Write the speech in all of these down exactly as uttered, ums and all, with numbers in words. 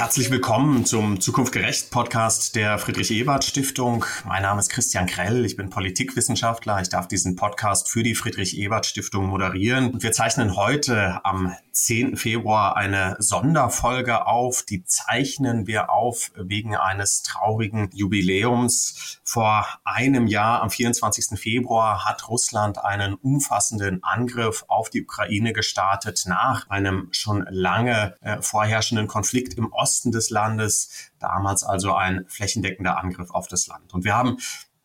Herzlich willkommen zum Zukunft gerecht Podcast der Friedrich-Ebert-Stiftung. Mein Name ist Christian Krell, ich bin Politikwissenschaftler. Ich darf diesen Podcast für die Friedrich-Ebert-Stiftung moderieren. Und wir zeichnen heute am zehnten Februar eine Sonderfolge auf. Die zeichnen wir auf wegen eines traurigen Jubiläums. Vor einem Jahr, am vierundzwanzigsten Februar, hat Russland einen umfassenden Angriff auf die Ukraine gestartet, nach einem schon lange äh, vorherrschenden Konflikt im Osten des Landes, damals also ein flächendeckender Angriff auf das Land. Und wir haben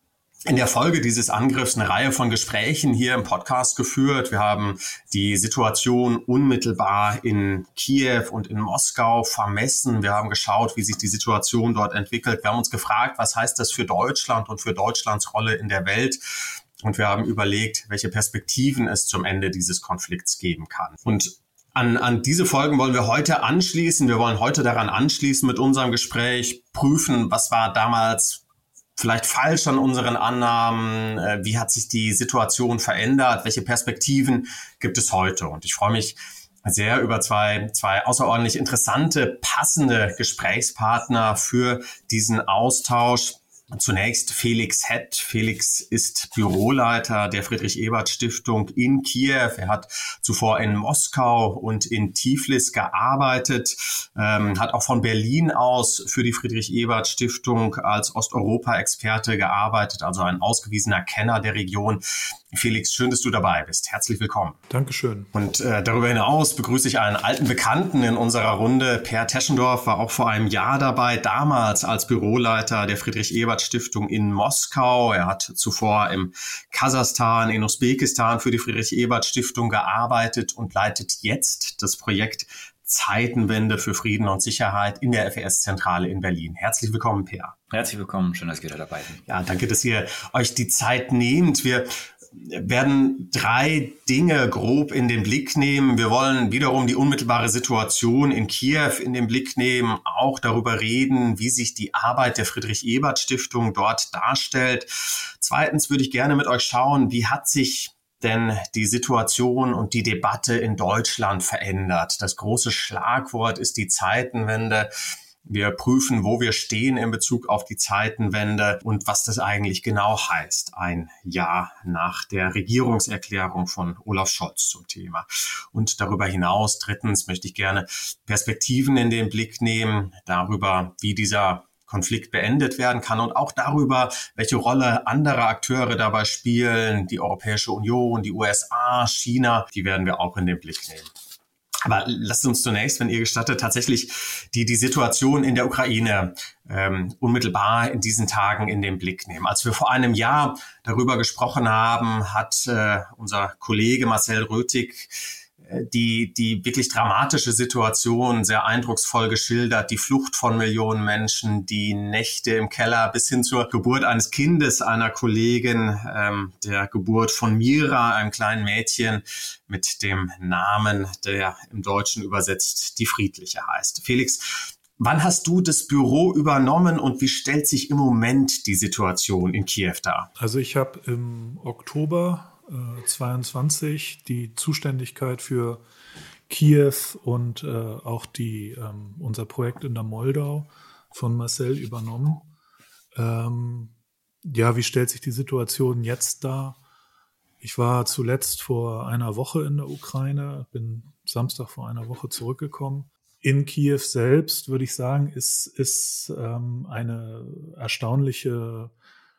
in der Folge dieses Angriffs eine Reihe von Gesprächen hier im Podcast geführt. Wir haben die Situation unmittelbar in Kiew und in Moskau vermessen. Wir haben geschaut, wie sich die Situation dort entwickelt. Wir haben uns gefragt, was heißt das für Deutschland und für Deutschlands Rolle in der Welt? Und wir haben überlegt, welche Perspektiven es zum Ende dieses Konflikts geben kann. Und An, an diese Folgen wollen wir heute anschließen. Wir wollen heute daran anschließen mit unserem Gespräch, prüfen, was war damals vielleicht falsch an unseren Annahmen, äh, wie hat sich die Situation verändert, welche Perspektiven gibt es heute. Und ich freue mich sehr über zwei, zwei außerordentlich interessante, passende Gesprächspartner für diesen Austausch. Zunächst Felix Hett. Felix ist Büroleiter der Friedrich-Ebert-Stiftung in Kiew. Er hat zuvor in Moskau und in Tiflis gearbeitet, ähm, hat auch von Berlin aus für die Friedrich-Ebert-Stiftung als Osteuropa-Experte gearbeitet, also ein ausgewiesener Kenner der Region. Felix, schön, dass du dabei bist. Herzlich willkommen. Dankeschön. Und äh, darüber hinaus begrüße ich einen alten Bekannten in unserer Runde. Per Teschendorf war auch vor einem Jahr dabei, damals als Büroleiter der Friedrich-Ebert-Stiftung in Moskau. Er hat zuvor im Kasachstan, in Usbekistan für die Friedrich-Ebert-Stiftung gearbeitet und leitet jetzt das Projekt Zeitenwende für Frieden und Sicherheit in der F E S-Zentrale in Berlin. Herzlich willkommen, Per. Herzlich willkommen, schön, dass ihr wieder dabei seid. Ja, danke, dass ihr euch die Zeit nehmt. Wir werden drei Dinge grob in den Blick nehmen. Wir wollen wiederum die unmittelbare Situation in Kiew in den Blick nehmen, auch darüber reden, wie sich die Arbeit der Friedrich-Ebert-Stiftung dort darstellt. Zweitens würde ich gerne mit euch schauen, wie hat sich denn die Situation und die Debatte in Deutschland verändert. Das große Schlagwort ist die Zeitenwende. Wir prüfen, wo wir stehen in Bezug auf die Zeitenwende und was das eigentlich genau heißt, ein Jahr nach der Regierungserklärung von Olaf Scholz zum Thema. Und darüber hinaus, drittens, möchte ich gerne Perspektiven in den Blick nehmen, darüber, wie dieser Konflikt beendet werden kann und auch darüber, welche Rolle andere Akteure dabei spielen, die Europäische Union, die U S A, China, die werden wir auch in den Blick nehmen. Aber lasst uns zunächst, wenn ihr gestattet, tatsächlich die, die Situation in der Ukraine ähm, unmittelbar in diesen Tagen in den Blick nehmen. Als wir vor einem Jahr darüber gesprochen haben, hat äh, unser Kollege Marcel Röthig die die wirklich dramatische Situation sehr eindrucksvoll geschildert, die Flucht von Millionen Menschen, die Nächte im Keller bis hin zur Geburt eines Kindes einer Kollegin, ähm, der Geburt von Mira, einem kleinen Mädchen mit dem Namen, der im Deutschen übersetzt die Friedliche heißt. Felix, wann hast du das Büro übernommen und wie stellt sich im Moment die Situation in Kiew dar? Also ich habe im Oktober zweiundzwanzig die Zuständigkeit für Kiew und äh, auch die, ähm, unser Projekt in der Moldau von Marcel übernommen. Ähm, ja, wie stellt sich die Situation jetzt dar? Ich war zuletzt vor einer Woche in der Ukraine, bin Samstag vor einer Woche zurückgekommen. In Kiew selbst, würde ich sagen, ist, ist ähm, eine erstaunliche,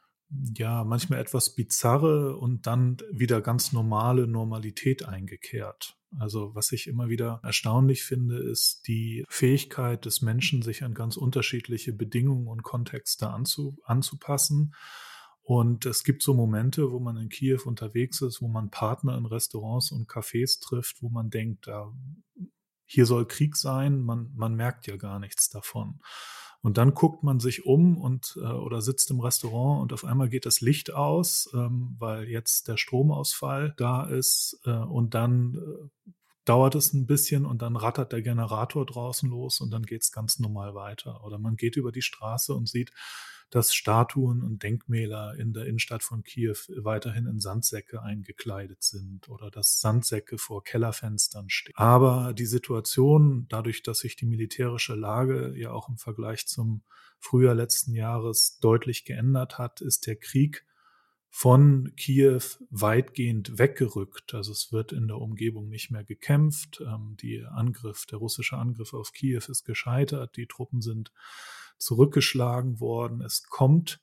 ja, manchmal etwas bizarre und dann wieder ganz normale Normalität eingekehrt. Also was ich immer wieder erstaunlich finde, ist die Fähigkeit des Menschen, sich an ganz unterschiedliche Bedingungen und Kontexte anzu, anzupassen. Und es gibt so Momente, wo man in Kiew unterwegs ist, wo man Partner in Restaurants und Cafés trifft, wo man denkt, da, hier soll Krieg sein, man, man merkt ja gar nichts davon. Und dann guckt man sich um und äh, oder sitzt im Restaurant und auf einmal geht das Licht aus, ähm, weil jetzt der Stromausfall da ist äh, und dann äh, dauert es ein bisschen und dann rattert der Generator draußen los und dann geht es ganz normal weiter. Oder man geht über die Straße und sieht dass Statuen und Denkmäler in der Innenstadt von Kiew weiterhin in Sandsäcke eingekleidet sind oder dass Sandsäcke vor Kellerfenstern stehen. Aber die Situation, dadurch, dass sich die militärische Lage ja auch im Vergleich zum Frühjahr letzten Jahres deutlich geändert hat, ist der Krieg von Kiew weitgehend weggerückt. Also es wird in der Umgebung nicht mehr gekämpft. Ähm, die Angriff, der russische Angriff auf Kiew ist gescheitert. Die Truppen sind zurückgeschlagen worden. Es kommt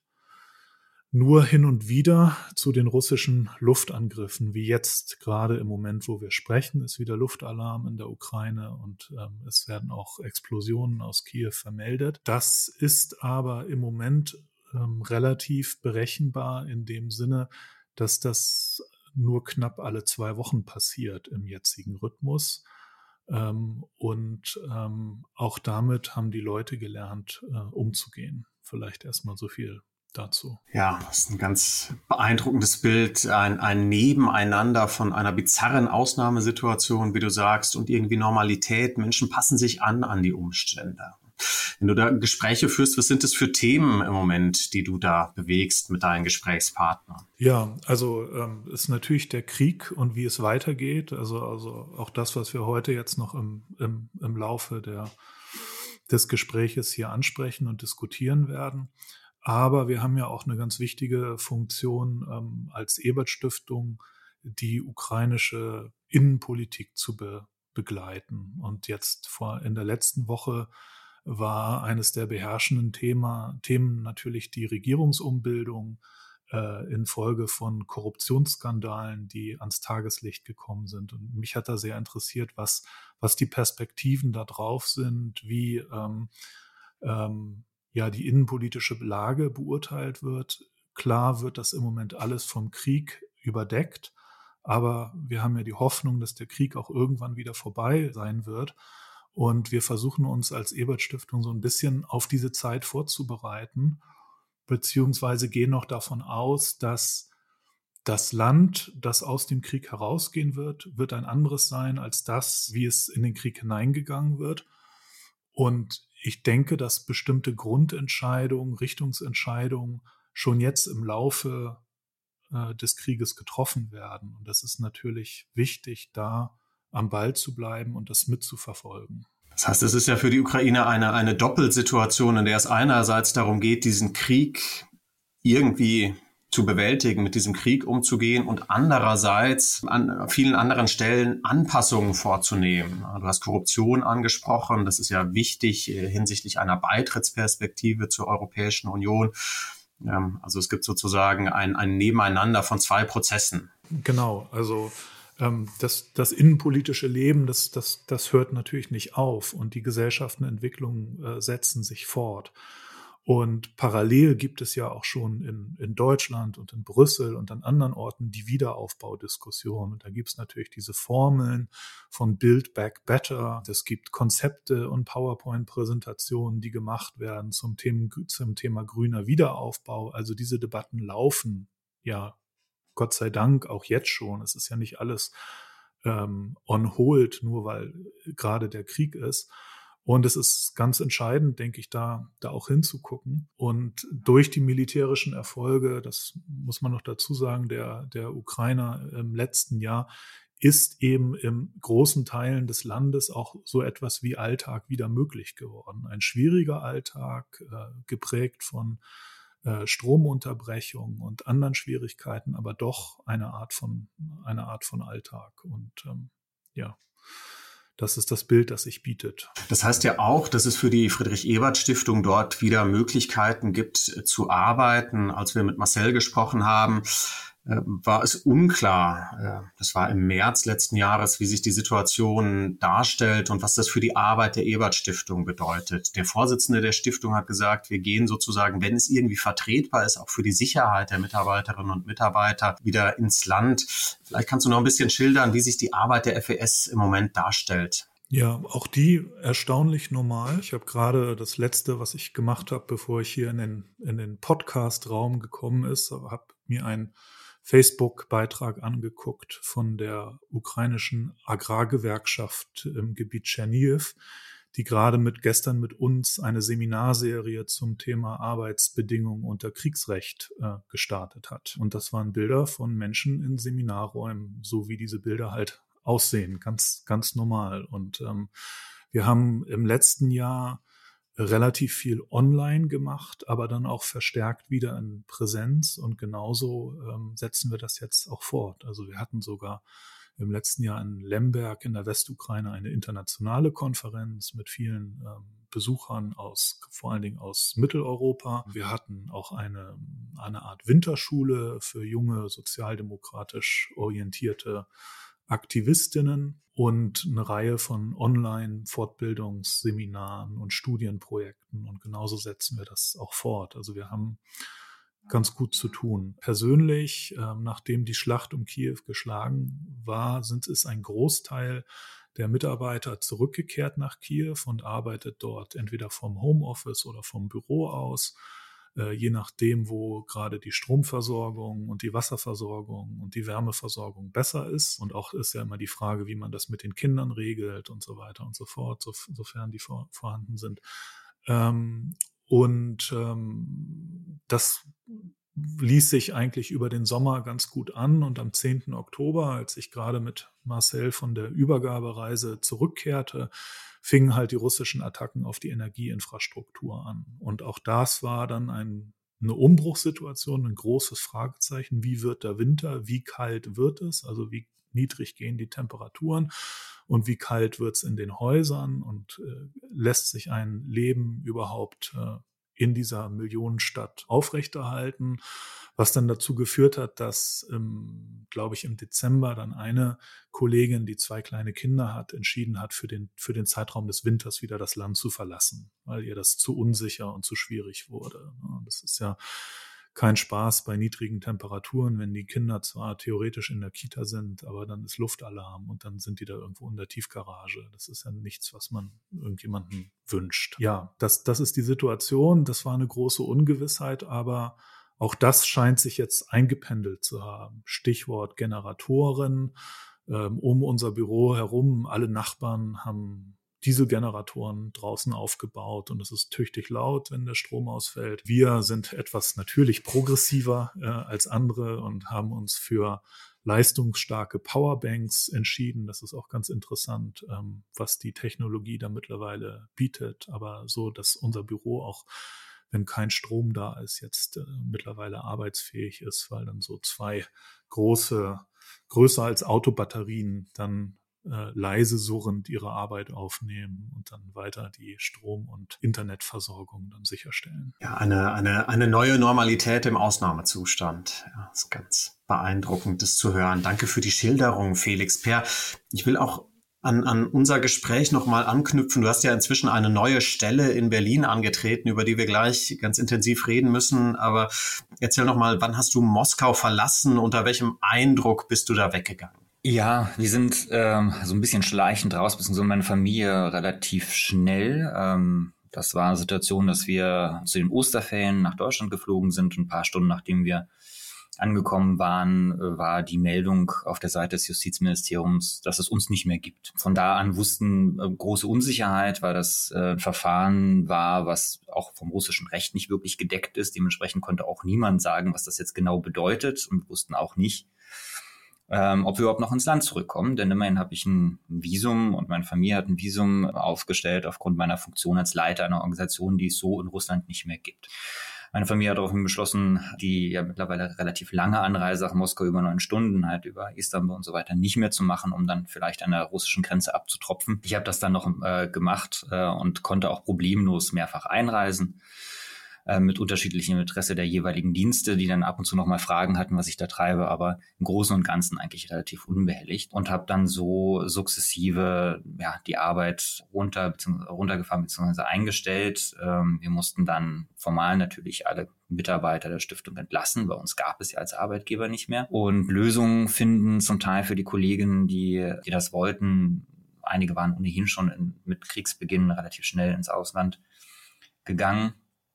nur hin und wieder zu den russischen Luftangriffen, wie jetzt gerade im Moment, wo wir sprechen, ist wieder Luftalarm in der Ukraine und ähm, es werden auch Explosionen aus Kiew vermeldet. Das ist aber im Moment ähm, relativ berechenbar in dem Sinne, dass das nur knapp alle zwei Wochen passiert im jetzigen Rhythmus. Ähm, und ähm, auch damit haben die Leute gelernt, äh, umzugehen. Vielleicht erstmal so viel dazu. Ja, das ist ein ganz beeindruckendes Bild, ein, ein Nebeneinander von einer bizarren Ausnahmesituation, wie du sagst, und irgendwie Normalität. Menschen passen sich an an die Umstände. Wenn du da Gespräche führst, was sind das für Themen im Moment, die du da bewegst mit deinen Gesprächspartnern? Ja, also ähm, ist natürlich der Krieg und wie es weitergeht. Also, also auch das, was wir heute jetzt noch im, im, im Laufe der, des Gespräches hier ansprechen und diskutieren werden. Aber wir haben ja auch eine ganz wichtige Funktion ähm, als Ebert-Stiftung, die ukrainische Innenpolitik zu be- begleiten. Und jetzt vor in der letzten Woche war eines der beherrschenden Thema, Themen natürlich die Regierungsumbildung äh, infolge von Korruptionsskandalen, die ans Tageslicht gekommen sind. Und mich hat da sehr interessiert, was, was die Perspektiven da drauf sind, wie ähm, ähm, ja die innenpolitische Lage beurteilt wird. Klar wird das im Moment alles vom Krieg überdeckt, aber wir haben ja die Hoffnung, dass der Krieg auch irgendwann wieder vorbei sein wird. Und wir versuchen uns als Ebert-Stiftung so ein bisschen auf diese Zeit vorzubereiten, beziehungsweise gehen noch davon aus, dass das Land, das aus dem Krieg herausgehen wird, wird ein anderes sein als das, wie es in den Krieg hineingegangen wird. Und ich denke, dass bestimmte Grundentscheidungen, Richtungsentscheidungen schon jetzt im Laufe äh, des Krieges getroffen werden. Und das ist natürlich wichtig, da am Ball zu bleiben und das mitzuverfolgen. Das heißt, es ist ja für die Ukraine eine, eine Doppelsituation, in der es einerseits darum geht, diesen Krieg irgendwie zu bewältigen, mit diesem Krieg umzugehen und andererseits an vielen anderen Stellen Anpassungen vorzunehmen. Du hast Korruption angesprochen, das ist ja wichtig hinsichtlich einer Beitrittsperspektive zur Europäischen Union. Also es gibt sozusagen ein, ein Nebeneinander von zwei Prozessen. Genau, also ähm, das, das innenpolitische Leben, das, das, das hört natürlich nicht auf und die Gesellschaftenentwicklungen äh, setzen sich fort. Und parallel gibt es ja auch schon in, in Deutschland und in Brüssel und an anderen Orten die Wiederaufbaudiskussion. Und da gibt es natürlich diese Formeln von Build Back Better. Es gibt Konzepte und PowerPoint-Präsentationen, die gemacht werden zum Thema, zum Thema grüner Wiederaufbau. Also diese Debatten laufen ja Gott sei Dank auch jetzt schon. Es ist ja nicht alles ähm, on hold, nur weil gerade der Krieg ist. Und es ist ganz entscheidend, denke ich, da, da auch hinzugucken. Und durch die militärischen Erfolge, das muss man noch dazu sagen, der, der Ukrainer im letzten Jahr ist eben in großen Teilen des Landes auch so etwas wie Alltag wieder möglich geworden. Ein schwieriger Alltag, äh, geprägt von äh, Stromunterbrechungen und anderen Schwierigkeiten, aber doch eine Art von, eine Art von Alltag. Und ähm, ja, das ist das Bild, das sich bietet. Das heißt ja auch, dass es für die Friedrich-Ebert-Stiftung dort wieder Möglichkeiten gibt zu arbeiten. Als wir mit Marcel gesprochen haben, war es unklar, das war im März letzten Jahres, wie sich die Situation darstellt und was das für die Arbeit der Ebert-Stiftung bedeutet. Der Vorsitzende der Stiftung hat gesagt, wir gehen sozusagen, wenn es irgendwie vertretbar ist, auch für die Sicherheit der Mitarbeiterinnen und Mitarbeiter wieder ins Land. Vielleicht kannst du noch ein bisschen schildern, wie sich die Arbeit der F E S im Moment darstellt. Ja, auch die erstaunlich normal. Ich habe gerade das Letzte, was ich gemacht habe, bevor ich hier in den, in den Podcast-Raum gekommen ist, habe mir ein Facebook-Beitrag angeguckt von der ukrainischen Agrargewerkschaft im Gebiet Tschernihiw, die gerade mit gestern mit uns eine Seminarserie zum Thema Arbeitsbedingungen unter Kriegsrecht äh, gestartet hat. Und das waren Bilder von Menschen in Seminarräumen, so wie diese Bilder halt aussehen, ganz, ganz normal. Und ähm, wir haben im letzten Jahr relativ viel online gemacht, aber dann auch verstärkt wieder in Präsenz. Und genauso ähm, setzen wir das jetzt auch fort. Also wir hatten sogar im letzten Jahr in Lemberg in der Westukraine eine internationale Konferenz mit vielen ähm, Besuchern aus, vor allen Dingen aus Mitteleuropa. Wir hatten auch eine, eine Art Winterschule für junge, sozialdemokratisch orientierte Aktivistinnen und eine Reihe von Online-Fortbildungsseminaren und Studienprojekten. Und genauso setzen wir das auch fort. Also wir haben ganz gut zu tun. Persönlich, ähm, nachdem die Schlacht um Kiew geschlagen war, sind es ein Großteil der Mitarbeiter zurückgekehrt nach Kiew und arbeitet dort entweder vom Homeoffice oder vom Büro aus, äh, je nachdem, wo gerade die Stromversorgung und die Wasserversorgung und die Wärmeversorgung besser ist. Und auch ist ja immer die Frage, wie man das mit den Kindern regelt und so weiter und so fort, so, sofern die vor, vorhanden sind. Ähm, Und ähm, das ließ sich eigentlich über den Sommer ganz gut an. Und am zehnten Oktober, als ich gerade mit Marcel von der Übergabereise zurückkehrte, fingen halt die russischen Attacken auf die Energieinfrastruktur an. Und auch das war dann ein, eine Umbruchssituation, ein großes Fragezeichen. Wie wird der Winter? Wie kalt wird es? Also wie niedrig gehen die Temperaturen? Und wie kalt wird's in den Häusern und äh, lässt sich ein Leben überhaupt äh, in dieser Millionenstadt aufrechterhalten, was dann dazu geführt hat, dass, ähm, glaube ich, im Dezember dann eine Kollegin, die zwei kleine Kinder hat, entschieden hat, für den, für den Zeitraum des Winters wieder das Land zu verlassen, weil ihr das zu unsicher und zu schwierig wurde. Das ist ja kein Spaß bei niedrigen Temperaturen, wenn die Kinder zwar theoretisch in der Kita sind, aber dann ist Luftalarm und dann sind die da irgendwo in der Tiefgarage. Das ist ja nichts, was man irgendjemandem wünscht. Ja, das, das ist die Situation. Das war eine große Ungewissheit, aber auch das scheint sich jetzt eingependelt zu haben. Stichwort Generatoren. Ähm, um unser Büro herum, alle Nachbarn haben Dieselgeneratoren draußen aufgebaut und es ist tüchtig laut, wenn der Strom ausfällt. Wir sind etwas natürlich progressiver äh, als andere und haben uns für leistungsstarke Powerbanks entschieden. Das ist auch ganz interessant, ähm, was die Technologie da mittlerweile bietet, aber so, dass unser Büro auch, wenn kein Strom da ist, jetzt äh, mittlerweile arbeitsfähig ist, weil dann so zwei große, größer als Autobatterien dann Äh, leise surrend ihre Arbeit aufnehmen und dann weiter die Strom- und Internetversorgung dann sicherstellen. Ja, eine, eine, eine neue Normalität im Ausnahmezustand. Ja, ist ganz beeindruckend, das zu hören. Danke für die Schilderung, Felix Pehr. Ich will auch an, an unser Gespräch nochmal anknüpfen. Du hast ja inzwischen eine neue Stelle in Berlin angetreten, über die wir gleich ganz intensiv reden müssen. Aber erzähl nochmal, wann hast du Moskau verlassen? Unter welchem Eindruck bist du da weggegangen? Ja, wir sind ähm, so ein bisschen schleichend raus, beziehungsweise meine Familie relativ schnell. Ähm, das war eine Situation, dass wir zu den Osterferien nach Deutschland geflogen sind und ein paar Stunden nachdem wir angekommen waren, äh, war die Meldung auf der Seite des Justizministeriums, dass es uns nicht mehr gibt. Von da an wussten äh, große Unsicherheit, weil das äh, ein Verfahren war, was auch vom russischen Recht nicht wirklich gedeckt ist. Dementsprechend konnte auch niemand sagen, was das jetzt genau bedeutet und wussten auch nicht, Ähm, ob wir überhaupt noch ins Land zurückkommen, denn immerhin habe ich ein Visum und meine Familie hat ein Visum aufgestellt aufgrund meiner Funktion als Leiter einer Organisation, die es so in Russland nicht mehr gibt. Meine Familie hat daraufhin beschlossen, die ja mittlerweile relativ lange Anreise nach Moskau über neun Stunden, halt über Istanbul und so weiter, nicht mehr zu machen, um dann vielleicht an der russischen Grenze abzutropfen. Ich habe das dann noch äh, gemacht äh, und konnte auch problemlos mehrfach einreisen, mit unterschiedlichem Interesse der jeweiligen Dienste, die dann ab und zu nochmal Fragen hatten, was ich da treibe, aber im Großen und Ganzen eigentlich relativ unbehelligt und habe dann so sukzessive ja die Arbeit runter bzw. runtergefahren bzw. eingestellt. Ähm, wir mussten dann formal natürlich alle Mitarbeiter der Stiftung entlassen. Bei uns gab es ja als Arbeitgeber nicht mehr. Und Lösungen finden zum Teil für die Kolleginnen, die, die das wollten. Einige waren ohnehin schon in, mit Kriegsbeginn relativ schnell ins Ausland gegangen.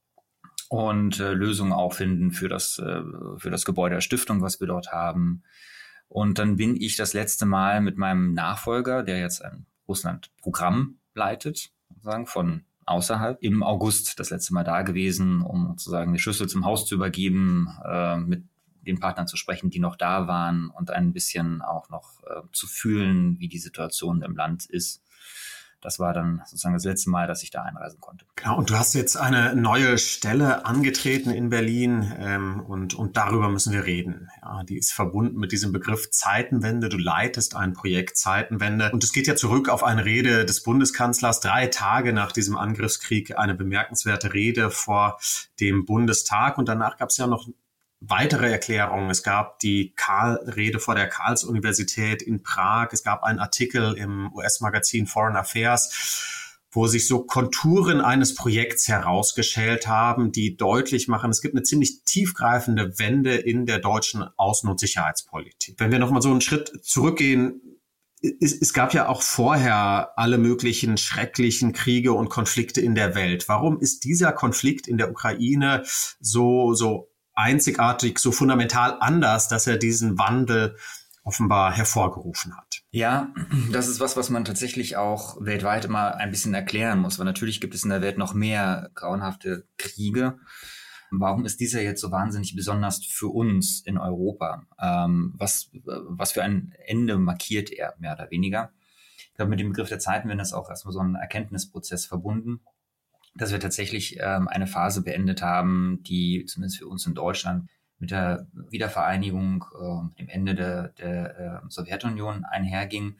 Und äh, Lösungen auch finden für das, äh, für das Gebäude der Stiftung, was wir dort haben. Und dann bin ich das letzte Mal mit meinem Nachfolger, der jetzt ein Russland-Programm leitet, sozusagen von außerhalb. Im August das letzte Mal da gewesen, um sozusagen die Schlüssel zum Haus zu übergeben, äh, mit den Partnern zu sprechen, die noch da waren und ein bisschen auch noch äh, zu fühlen, wie die Situation im Land ist. Das war dann sozusagen das letzte Mal, dass ich da einreisen konnte. Genau, und du hast jetzt eine neue Stelle angetreten in Berlin ähm, und, und darüber müssen wir reden. Ja, die ist verbunden mit diesem Begriff Zeitenwende. Du leitest ein Projekt Zeitenwende und es geht ja zurück auf eine Rede des Bundeskanzlers, drei Tage nach diesem Angriffskrieg, eine bemerkenswerte Rede vor dem Bundestag und danach gab es ja noch weitere Erklärungen. Es gab die Karl-Rede vor der Karls-Universität in Prag. Es gab einen Artikel im U S-Magazin Foreign Affairs, wo sich so Konturen eines Projekts herausgeschält haben, die deutlich machen, es gibt eine ziemlich tiefgreifende Wende in der deutschen Außen- und Sicherheitspolitik. Wenn wir nochmal so einen Schritt zurückgehen, es, es gab ja auch vorher alle möglichen schrecklichen Kriege und Konflikte in der Welt. Warum ist dieser Konflikt in der Ukraine so, so einzigartig, so fundamental anders, dass er diesen Wandel offenbar hervorgerufen hat? Ja, das ist was, was man tatsächlich auch weltweit immer ein bisschen erklären muss, weil natürlich gibt es in der Welt noch mehr grauenhafte Kriege. Warum ist dieser jetzt so wahnsinnig besonders für uns in Europa? Ähm, was, was für ein Ende markiert er, mehr oder weniger? Ich glaube, mit dem Begriff der Zeitenwende ist auch erstmal so ein Erkenntnisprozess verbunden, dass wir tatsächlich ähm, eine Phase beendet haben, die zumindest für uns in Deutschland mit der Wiedervereinigung, äh, mit dem Ende der, der äh, Sowjetunion einherging.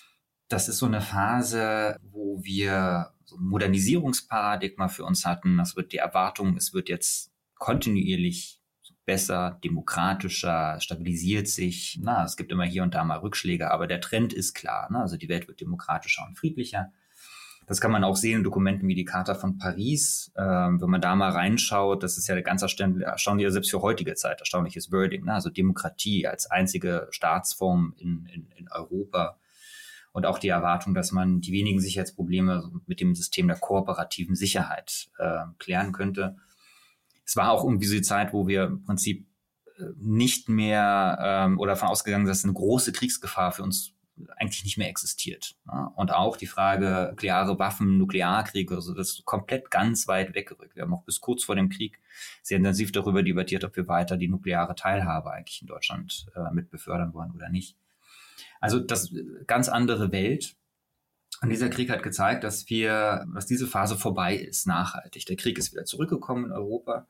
Das ist so eine Phase, wo wir so ein Modernisierungsparadigma für uns hatten. Das wird die Erwartung, es wird jetzt kontinuierlich besser, demokratischer, stabilisiert sich. Na, es gibt immer hier und da mal Rückschläge, aber der Trend ist klar. Ne? Also die Welt wird demokratischer und friedlicher. Das kann man auch sehen in Dokumenten wie die Charta von Paris. Ähm, wenn man da mal reinschaut, das ist ja ganz erstaunlich, selbst für heutige Zeit, erstaunliches Wording. Ne? Also Demokratie als einzige Staatsform in, in, in Europa. Und auch die Erwartung, dass man die wenigen Sicherheitsprobleme mit dem System der kooperativen Sicherheit äh, klären könnte. Es war auch irgendwie so die Zeit, wo wir im Prinzip nicht mehr ähm, oder davon ausgegangen sind, dass eine große Kriegsgefahr für uns eigentlich nicht mehr existiert. Ja? Und auch die Frage nukleare Waffen, Nuklearkriege, also das ist komplett ganz weit weggerückt. Wir haben auch bis kurz vor dem Krieg sehr intensiv darüber debattiert, ob wir weiter die nukleare Teilhabe eigentlich in Deutschland äh, mit befördern wollen oder nicht. Also das ganz andere Welt. Und dieser Krieg hat gezeigt, dass wir, dass diese Phase vorbei ist, nachhaltig. Der Krieg ist wieder zurückgekommen in Europa.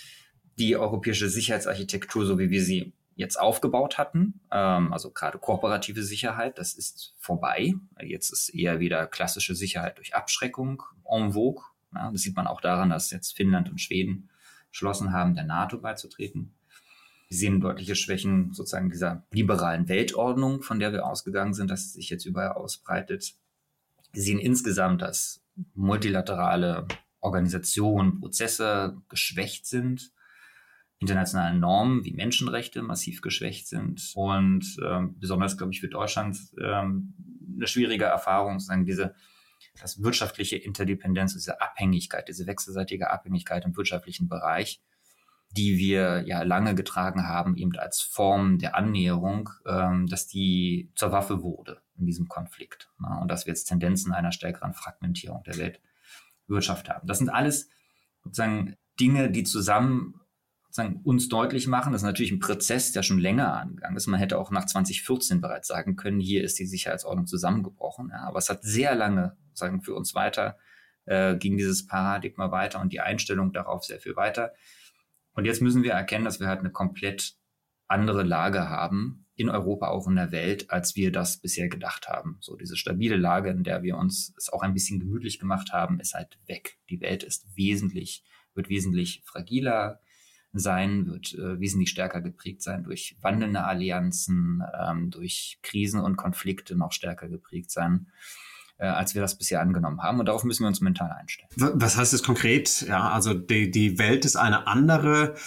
Die europäische Sicherheitsarchitektur, so wie wir sie jetzt aufgebaut hatten, ähm, also gerade kooperative Sicherheit, das ist vorbei. Jetzt ist eher wieder klassische Sicherheit durch Abschreckung en vogue. Ja, das sieht man auch daran, dass jetzt Finnland und Schweden beschlossen haben, der NATO beizutreten. Wir sehen deutliche Schwächen sozusagen dieser liberalen Weltordnung, von der wir ausgegangen sind, dass es sich jetzt überall ausbreitet. Wir sehen insgesamt, dass multilaterale Organisationen, Prozesse geschwächt sind, internationale Normen wie Menschenrechte massiv geschwächt sind und ähm, besonders, glaube ich, für Deutschland ähm, eine schwierige Erfahrung, sozusagen diese das wirtschaftliche Interdependenz, diese Abhängigkeit, diese wechselseitige Abhängigkeit im wirtschaftlichen Bereich, die wir ja lange getragen haben, eben als Form der Annäherung, ähm, dass die zur Waffe wurde in diesem Konflikt. Ne? Und dass wir jetzt Tendenzen einer stärkeren Fragmentierung der Weltwirtschaft haben. Das sind alles sozusagen Dinge, die zusammen sozusagen uns deutlich machen, das ist natürlich ein Prozess, der schon länger angegangen ist. Man hätte auch nach zwanzig vierzehn bereits sagen können, hier ist die Sicherheitsordnung zusammengebrochen. Ja, aber es hat sehr lange, sagen für uns weiter, äh, ging dieses Paradigma weiter und die Einstellung darauf sehr viel weiter. Und jetzt müssen wir erkennen, dass wir halt eine komplett andere Lage haben, in Europa, auch in der Welt, als wir das bisher gedacht haben. So diese stabile Lage, in der wir uns es auch ein bisschen gemütlich gemacht haben, ist halt weg. Die Welt ist wesentlich, wird wesentlich fragiler sein, wird äh, wesentlich stärker geprägt sein durch wandelnde Allianzen, ähm, durch Krisen und Konflikte noch stärker geprägt sein, äh, als wir das bisher angenommen haben. Und darauf müssen wir uns mental einstellen. Was heißt das konkret? Ja, also die, die Welt ist eine andere.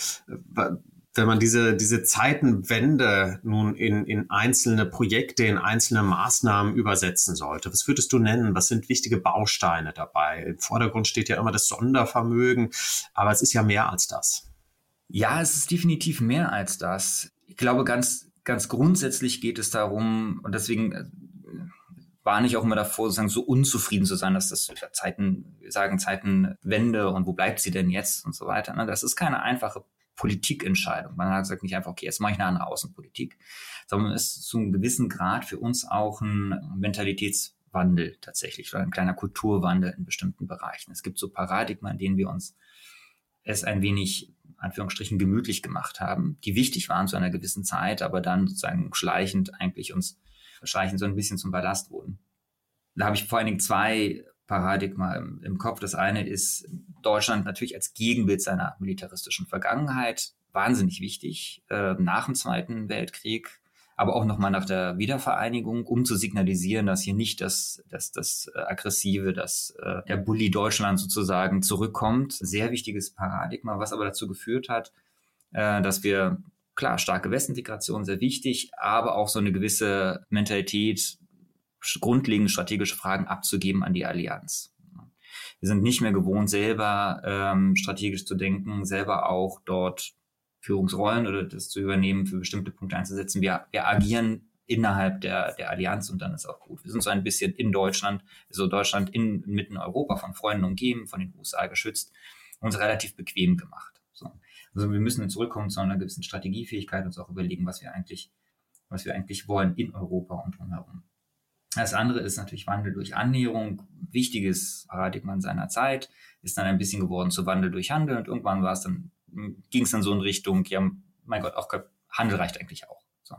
Wenn man diese, diese Zeitenwende nun in, in einzelne Projekte, in einzelne Maßnahmen übersetzen sollte, was würdest du nennen? Was sind wichtige Bausteine dabei? Im Vordergrund steht ja immer das Sondervermögen, aber es ist ja mehr als das. Ja, es ist definitiv mehr als das. Ich glaube, ganz, ganz grundsätzlich geht es darum, und deswegen warne ich auch immer davor, sozusagen so unzufrieden zu sein, dass das Zeiten, wir sagen Zeitenwende und wo bleibt sie denn jetzt und so weiter. Das ist keine einfache Politikentscheidung. Man sagt nicht einfach, okay, jetzt mache ich eine andere Außenpolitik, sondern es ist zu einem gewissen Grad für uns auch ein Mentalitätswandel tatsächlich oder ein kleiner Kulturwandel in bestimmten Bereichen. Es gibt so Paradigmen, in denen wir uns es ein wenig, Anführungsstrichen, gemütlich gemacht haben, die wichtig waren zu einer gewissen Zeit, aber dann sozusagen schleichend eigentlich uns, schleichend so ein bisschen zum Ballast wurden. Da habe ich vor allen Dingen zwei Paradigma im, im Kopf. Das eine ist Deutschland natürlich als Gegenbild seiner militaristischen Vergangenheit, wahnsinnig wichtig, äh, nach dem Zweiten Weltkrieg, aber auch nochmal nach der Wiedervereinigung, um zu signalisieren, dass hier nicht das, das, das äh, Aggressive, das äh, der Bully Deutschland sozusagen zurückkommt. Sehr wichtiges Paradigma, was aber dazu geführt hat, äh, dass wir, klar, starke Westintegration, sehr wichtig, aber auch so eine gewisse Mentalität, grundlegende strategische Fragen abzugeben an die Allianz. Wir sind nicht mehr gewohnt, selber ähm, strategisch zu denken, selber auch dort Führungsrollen oder das zu übernehmen, für bestimmte Punkte einzusetzen. Wir, wir agieren innerhalb der, der Allianz und dann ist auch gut. Wir sind so ein bisschen in Deutschland, so Deutschland in, mitten in Europa von Freunden umgeben, von den U S A geschützt, uns relativ bequem gemacht. So. Also wir müssen zurückkommen zu einer gewissen Strategiefähigkeit und uns auch überlegen, was wir eigentlich, was wir eigentlich wollen in Europa und drumherum. Das andere ist natürlich Wandel durch Annäherung, wichtiges Paradigma in seiner Zeit, ist dann ein bisschen geworden zu Wandel durch Handel und irgendwann war es dann, ging es dann so in Richtung, ja, mein Gott, auch Handel reicht eigentlich auch. So.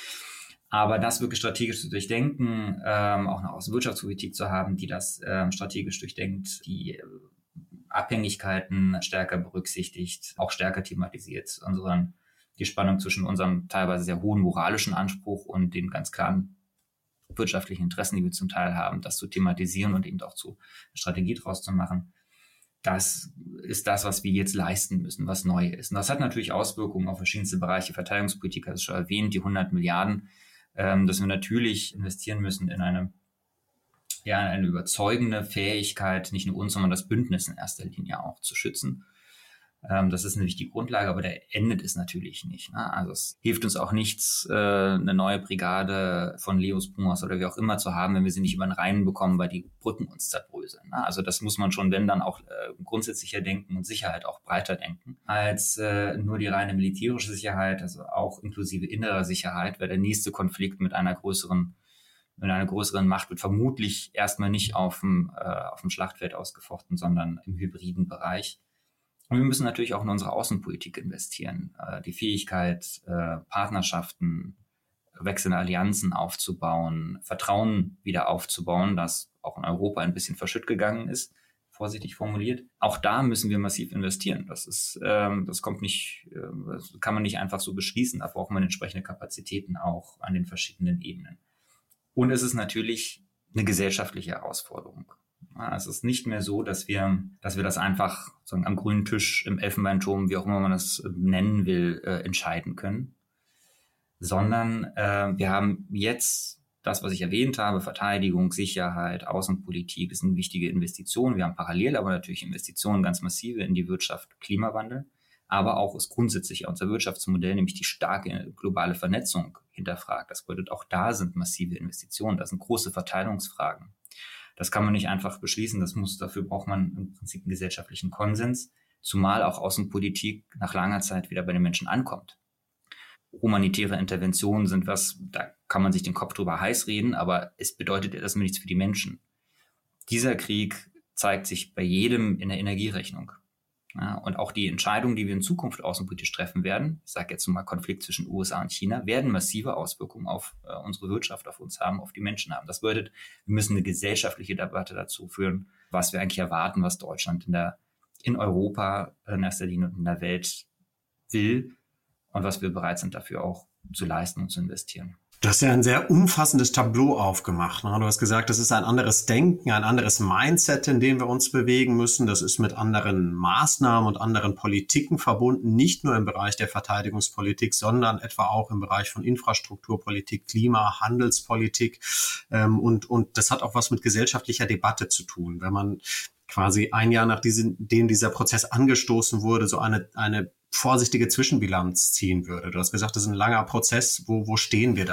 Aber das wirklich strategisch zu durchdenken, ähm, auch eine Außenwirtschaftspolitik zu haben, die das ähm, strategisch durchdenkt, die äh, Abhängigkeiten stärker berücksichtigt, auch stärker thematisiert, unseren, die Spannung zwischen unserem teilweise sehr hohen moralischen Anspruch und den ganz klaren wirtschaftlichen Interessen, die wir zum Teil haben, das zu thematisieren und eben auch zu einer Strategie draus zu machen. Das ist das, was wir jetzt leisten müssen, was neu ist. Und das hat natürlich Auswirkungen auf verschiedenste Bereiche. Verteidigungspolitik, hast du schon erwähnt, die hundert Milliarden, ähm, dass wir natürlich investieren müssen in eine, ja, in eine überzeugende Fähigkeit, nicht nur uns, sondern das Bündnis in erster Linie auch zu schützen. Das ist eine wichtige Grundlage, aber da endet es natürlich nicht. Ne? Also es hilft uns auch nichts, eine neue Brigade von Leos Pumas oder wie auch immer zu haben, wenn wir sie nicht über den Rhein bekommen, weil die Brücken uns zerbröseln. Ne? Also das muss man schon, wenn dann auch grundsätzlicher denken und Sicherheit auch breiter denken, als nur die reine militärische Sicherheit, also auch inklusive innerer Sicherheit, weil der nächste Konflikt mit einer größeren mit einer größeren Macht wird vermutlich erstmal nicht auf dem, äh, auf dem Schlachtfeld ausgefochten, sondern im hybriden Bereich. Und wir müssen natürlich auch in unsere Außenpolitik investieren. Äh, die Fähigkeit, äh, Partnerschaften, wechselnde Allianzen aufzubauen, Vertrauen wieder aufzubauen, das auch in Europa ein bisschen verschütt gegangen ist, vorsichtig formuliert. Auch da müssen wir massiv investieren. Das ist, ähm, das kommt nicht, äh, das kann man nicht einfach so beschließen. Da braucht man entsprechende Kapazitäten auch an den verschiedenen Ebenen. Und es ist natürlich eine gesellschaftliche Herausforderung. Es ist nicht mehr so, dass wir, dass wir das einfach sozusagen am grünen Tisch, im Elfenbeinturm, wie auch immer man das nennen will, äh, entscheiden können, sondern äh, wir haben jetzt das, was ich erwähnt habe, Verteidigung, Sicherheit, Außenpolitik, das sind wichtige Investitionen. Wir haben parallel aber natürlich Investitionen ganz massive in die Wirtschaft, Klimawandel, aber auch ist grundsätzlich unser Wirtschaftsmodell, nämlich die starke globale Vernetzung hinterfragt. Das bedeutet, auch da sind massive Investitionen, das sind große Verteilungsfragen. Das kann man nicht einfach beschließen, das muss, dafür braucht man im Prinzip einen gesellschaftlichen Konsens, zumal auch Außenpolitik nach langer Zeit wieder bei den Menschen ankommt. Humanitäre Interventionen sind was, da kann man sich den Kopf drüber heiß reden, aber es bedeutet erstmal nichts für die Menschen. Dieser Krieg zeigt sich bei jedem in der Energierechnung. Ja, und auch die Entscheidungen, die wir in Zukunft außenpolitisch treffen werden, ich sage jetzt mal Konflikt zwischen U S A und China, werden massive Auswirkungen auf äh, unsere Wirtschaft, auf uns haben, auf die Menschen haben. Das bedeutet, wir müssen eine gesellschaftliche Debatte dazu führen, was wir eigentlich erwarten, was Deutschland in der in Europa in erster Linie und in der Welt will und was wir bereit sind, dafür auch zu leisten und zu investieren. Du hast ja ein sehr umfassendes Tableau aufgemacht. Du hast gesagt, das ist ein anderes Denken, ein anderes Mindset, in dem wir uns bewegen müssen. Das ist mit anderen Maßnahmen und anderen Politiken verbunden, nicht nur im Bereich der Verteidigungspolitik, sondern etwa auch im Bereich von Infrastrukturpolitik, Klima, Handelspolitik. Und, und das hat auch was mit gesellschaftlicher Debatte zu tun. Wenn man quasi ein Jahr nachdem dieser Prozess angestoßen wurde, so eine, eine vorsichtige Zwischenbilanz ziehen würde. Du hast gesagt, das ist ein langer Prozess. Wo, wo stehen wir da?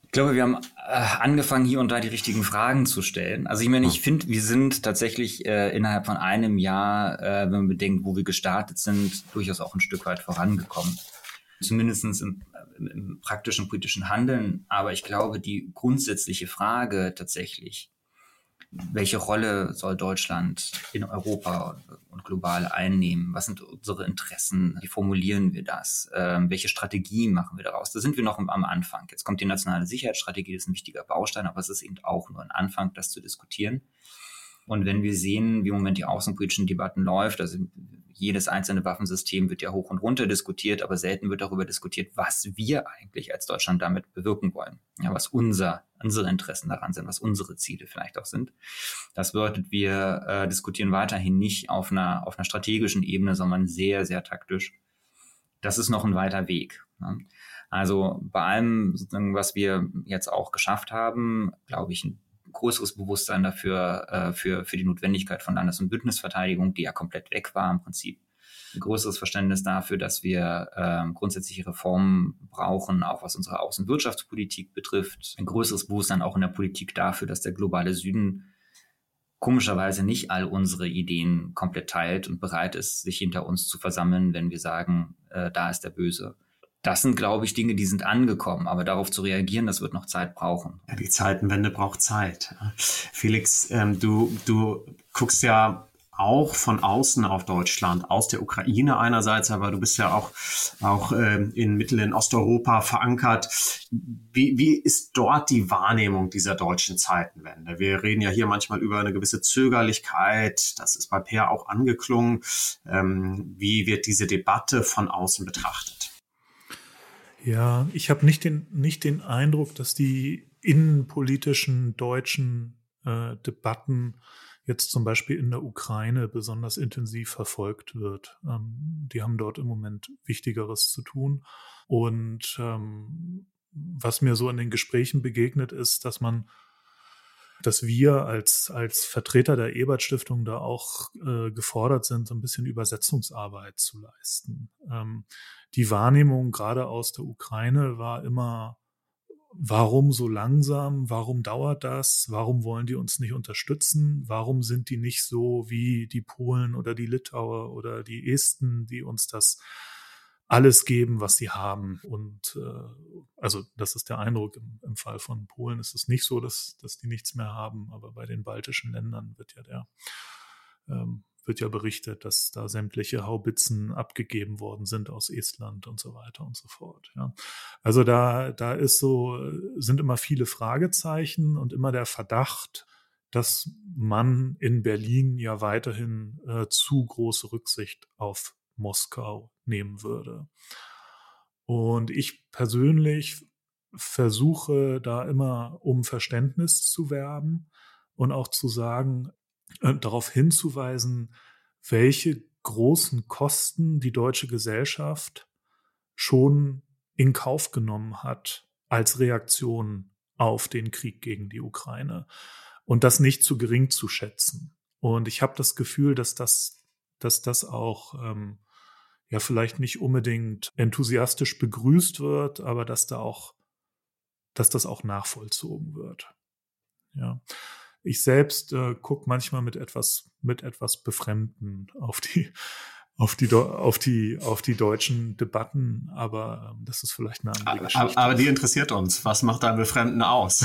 Ich glaube, wir haben äh, angefangen, hier und da die richtigen Fragen zu stellen. Also ich meine, ich finde, wir sind tatsächlich äh, innerhalb von einem Jahr, äh, wenn man bedenkt, wo wir gestartet sind, durchaus auch ein Stück weit vorangekommen. Zumindest im, im, im praktischen politischen Handeln. Aber ich glaube, die grundsätzliche Frage tatsächlich, welche Rolle soll Deutschland in Europa und global einnehmen? Was sind unsere Interessen? Wie formulieren wir das? Ähm, welche Strategie machen wir daraus? Da sind wir noch am Anfang. Jetzt kommt die nationale Sicherheitsstrategie, das ist ein wichtiger Baustein, aber es ist eben auch nur ein Anfang, das zu diskutieren. Und wenn wir sehen, wie im Moment die außenpolitischen Debatten läuft, also jedes einzelne Waffensystem wird ja hoch und runter diskutiert, aber selten wird darüber diskutiert, was wir eigentlich als Deutschland damit bewirken wollen. Ja, was unser, unsere Interessen daran sind, was unsere Ziele vielleicht auch sind. Das bedeutet, wir äh, diskutieren weiterhin nicht auf einer, auf einer strategischen Ebene, sondern sehr, sehr taktisch. Das ist noch ein weiter Weg. Ne? Also bei allem, sozusagen, was wir jetzt auch geschafft haben, glaube ich, ein größeres Bewusstsein dafür, äh, für, für die Notwendigkeit von Landes- und Bündnisverteidigung, die ja komplett weg war im Prinzip. Ein größeres Verständnis dafür, dass wir äh, grundsätzliche Reformen brauchen, auch was unsere Außenwirtschaftspolitik betrifft. Ein größeres Bewusstsein auch in der Politik dafür, dass der globale Süden komischerweise nicht all unsere Ideen komplett teilt und bereit ist, sich hinter uns zu versammeln, wenn wir sagen, äh, da ist der Böse. Das sind, glaube ich, Dinge, die sind angekommen. Aber darauf zu reagieren, das wird noch Zeit brauchen. Ja, die Zeitenwende braucht Zeit. Felix, ähm, du, du guckst ja auch von außen auf Deutschland, aus der Ukraine einerseits, aber du bist ja auch, auch ähm, in Mittel- in Osteuropa verankert. Wie, wie ist dort die Wahrnehmung dieser deutschen Zeitenwende? Wir reden ja hier manchmal über eine gewisse Zögerlichkeit. Das ist bei Peer auch angeklungen. Ähm, wie wird diese Debatte von außen betrachtet? Ja, ich habe nicht den, nicht den Eindruck, dass die innenpolitischen deutschen äh, Debatten jetzt zum Beispiel in der Ukraine besonders intensiv verfolgt wird. Ähm, die haben dort im Moment Wichtigeres zu tun. Und ähm, was mir so in den Gesprächen begegnet ist, dass man dass wir als, als Vertreter der Ebert-Stiftung da auch äh, gefordert sind, so ein bisschen Übersetzungsarbeit zu leisten. Ähm, die Wahrnehmung gerade aus der Ukraine war immer, warum so langsam, warum dauert das, warum wollen die uns nicht unterstützen, warum sind die nicht so wie die Polen oder die Litauer oder die Esten, die uns das alles geben, was sie haben. Und äh, also das ist der Eindruck. Im, im Fall von Polen ist es nicht so, dass, dass die nichts mehr haben, aber bei den baltischen Ländern wird ja der ähm, wird ja berichtet, dass da sämtliche Haubitzen abgegeben worden sind aus Estland und so weiter und so fort. Ja. Also da, da ist so, sind immer viele Fragezeichen und immer der Verdacht, dass man in Berlin ja weiterhin äh, zu große Rücksicht auf Moskau nehmen würde. Und ich persönlich versuche da immer um Verständnis zu werben und auch zu sagen, äh, darauf hinzuweisen, welche großen Kosten die deutsche Gesellschaft schon in Kauf genommen hat als Reaktion auf den Krieg gegen die Ukraine und das nicht zu gering zu schätzen. Und ich habe das Gefühl, dass das, dass das auch ähm, ja vielleicht nicht unbedingt enthusiastisch begrüßt wird, aber dass da auch, dass das auch nachvollzogen wird. Ja. Ich selbst äh, gucke manchmal mit etwas, mit etwas Befremden auf die, auf die, auf die, auf die deutschen Debatten, aber ähm, das ist vielleicht eine andere Geschichte. Aber, aber die interessiert uns. Was macht dein Befremden aus?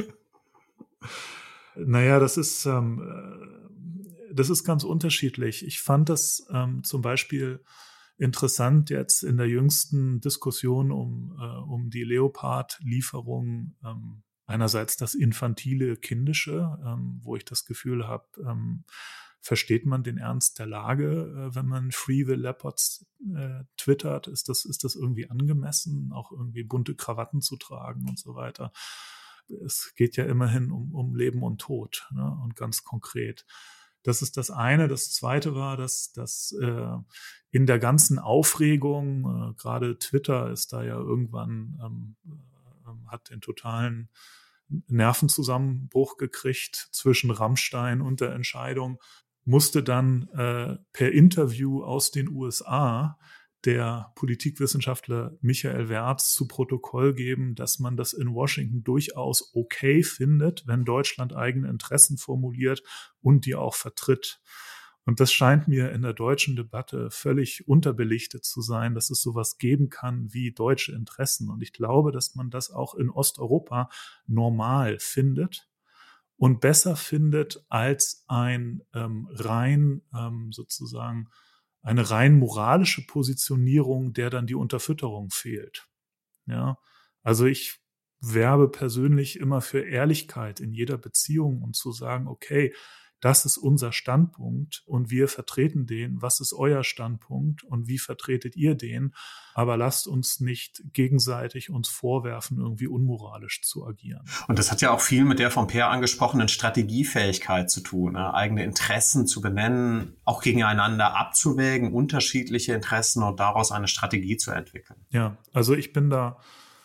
Naja, das ist, ähm, das ist ganz unterschiedlich. Ich fand das ähm, zum Beispiel interessant jetzt in der jüngsten Diskussion um, äh, um die Leopard-Lieferung, ähm, einerseits das infantile, kindische, ähm, wo ich das Gefühl habe, ähm, versteht man den Ernst der Lage, äh, wenn man Free the Leopards äh, twittert? Ist das, ist das irgendwie angemessen, auch irgendwie bunte Krawatten zu tragen und so weiter? Es geht ja immerhin um, um Leben und Tod, ne? Und ganz konkret. Das ist das eine. Das zweite war, dass, dass äh, in der ganzen Aufregung, äh, gerade Twitter ist da ja irgendwann, ähm, äh, hat den totalen Nervenzusammenbruch gekriegt zwischen Rammstein und der Entscheidung, musste dann äh, per Interview aus den U S A der Politikwissenschaftler Michael Wertz zu Protokoll geben, dass man das in Washington durchaus okay findet, wenn Deutschland eigene Interessen formuliert und die auch vertritt. Und das scheint mir in der deutschen Debatte völlig unterbelichtet zu sein, dass es sowas geben kann wie deutsche Interessen. Und ich glaube, dass man das auch in Osteuropa normal findet und besser findet als ein ähm, rein ähm, sozusagen eine rein moralische Positionierung, der dann die Unterfütterung fehlt. Ja, also ich werbe persönlich immer für Ehrlichkeit in jeder Beziehung und zu sagen, okay, das ist unser Standpunkt und wir vertreten den. Was ist euer Standpunkt und wie vertretet ihr den? Aber lasst uns nicht gegenseitig uns vorwerfen, irgendwie unmoralisch zu agieren. Und das hat ja auch viel mit der von Per angesprochenen Strategiefähigkeit zu tun, ne? Eigene Interessen zu benennen, auch gegeneinander abzuwägen, unterschiedliche Interessen und daraus eine Strategie zu entwickeln. Ja, also ich bin da,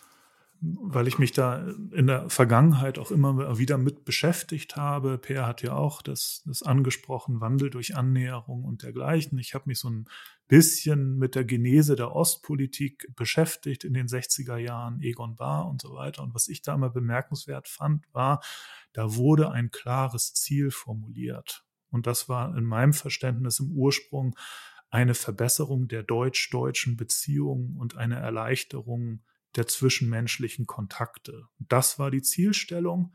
weil ich mich da in der Vergangenheit auch immer wieder mit beschäftigt habe. Per hat ja auch das, das angesprochen, Wandel durch Annäherung und dergleichen. Ich habe mich so ein bisschen mit der Genese der Ostpolitik beschäftigt in den sechziger Jahren, Egon Bahr und so weiter. Und was ich da immer bemerkenswert fand, war, da wurde ein klares Ziel formuliert. Und das war in meinem Verständnis im Ursprung eine Verbesserung der deutsch-deutschen Beziehungen und eine Erleichterung der zwischenmenschlichen Kontakte. Das war die Zielstellung.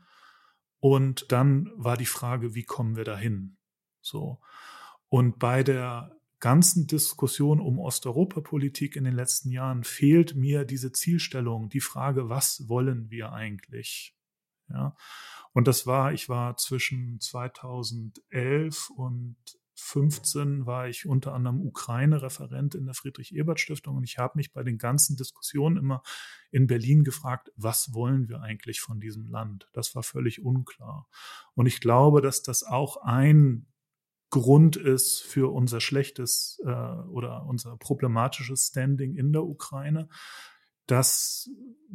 Und dann war die Frage, wie kommen wir dahin? So. Und bei der ganzen Diskussion um Osteuropapolitik in den letzten Jahren fehlt mir diese Zielstellung, die Frage, was wollen wir eigentlich? Ja. Und das war, ich war zwischen zweitausendelf und fünfzehn war ich unter anderem Ukraine-Referent in der Friedrich-Ebert-Stiftung und ich habe mich bei den ganzen Diskussionen immer in Berlin gefragt, was wollen wir eigentlich von diesem Land? Das war völlig unklar. Und ich glaube, dass das auch ein Grund ist für unser schlechtes äh, oder unser problematisches Standing in der Ukraine, dass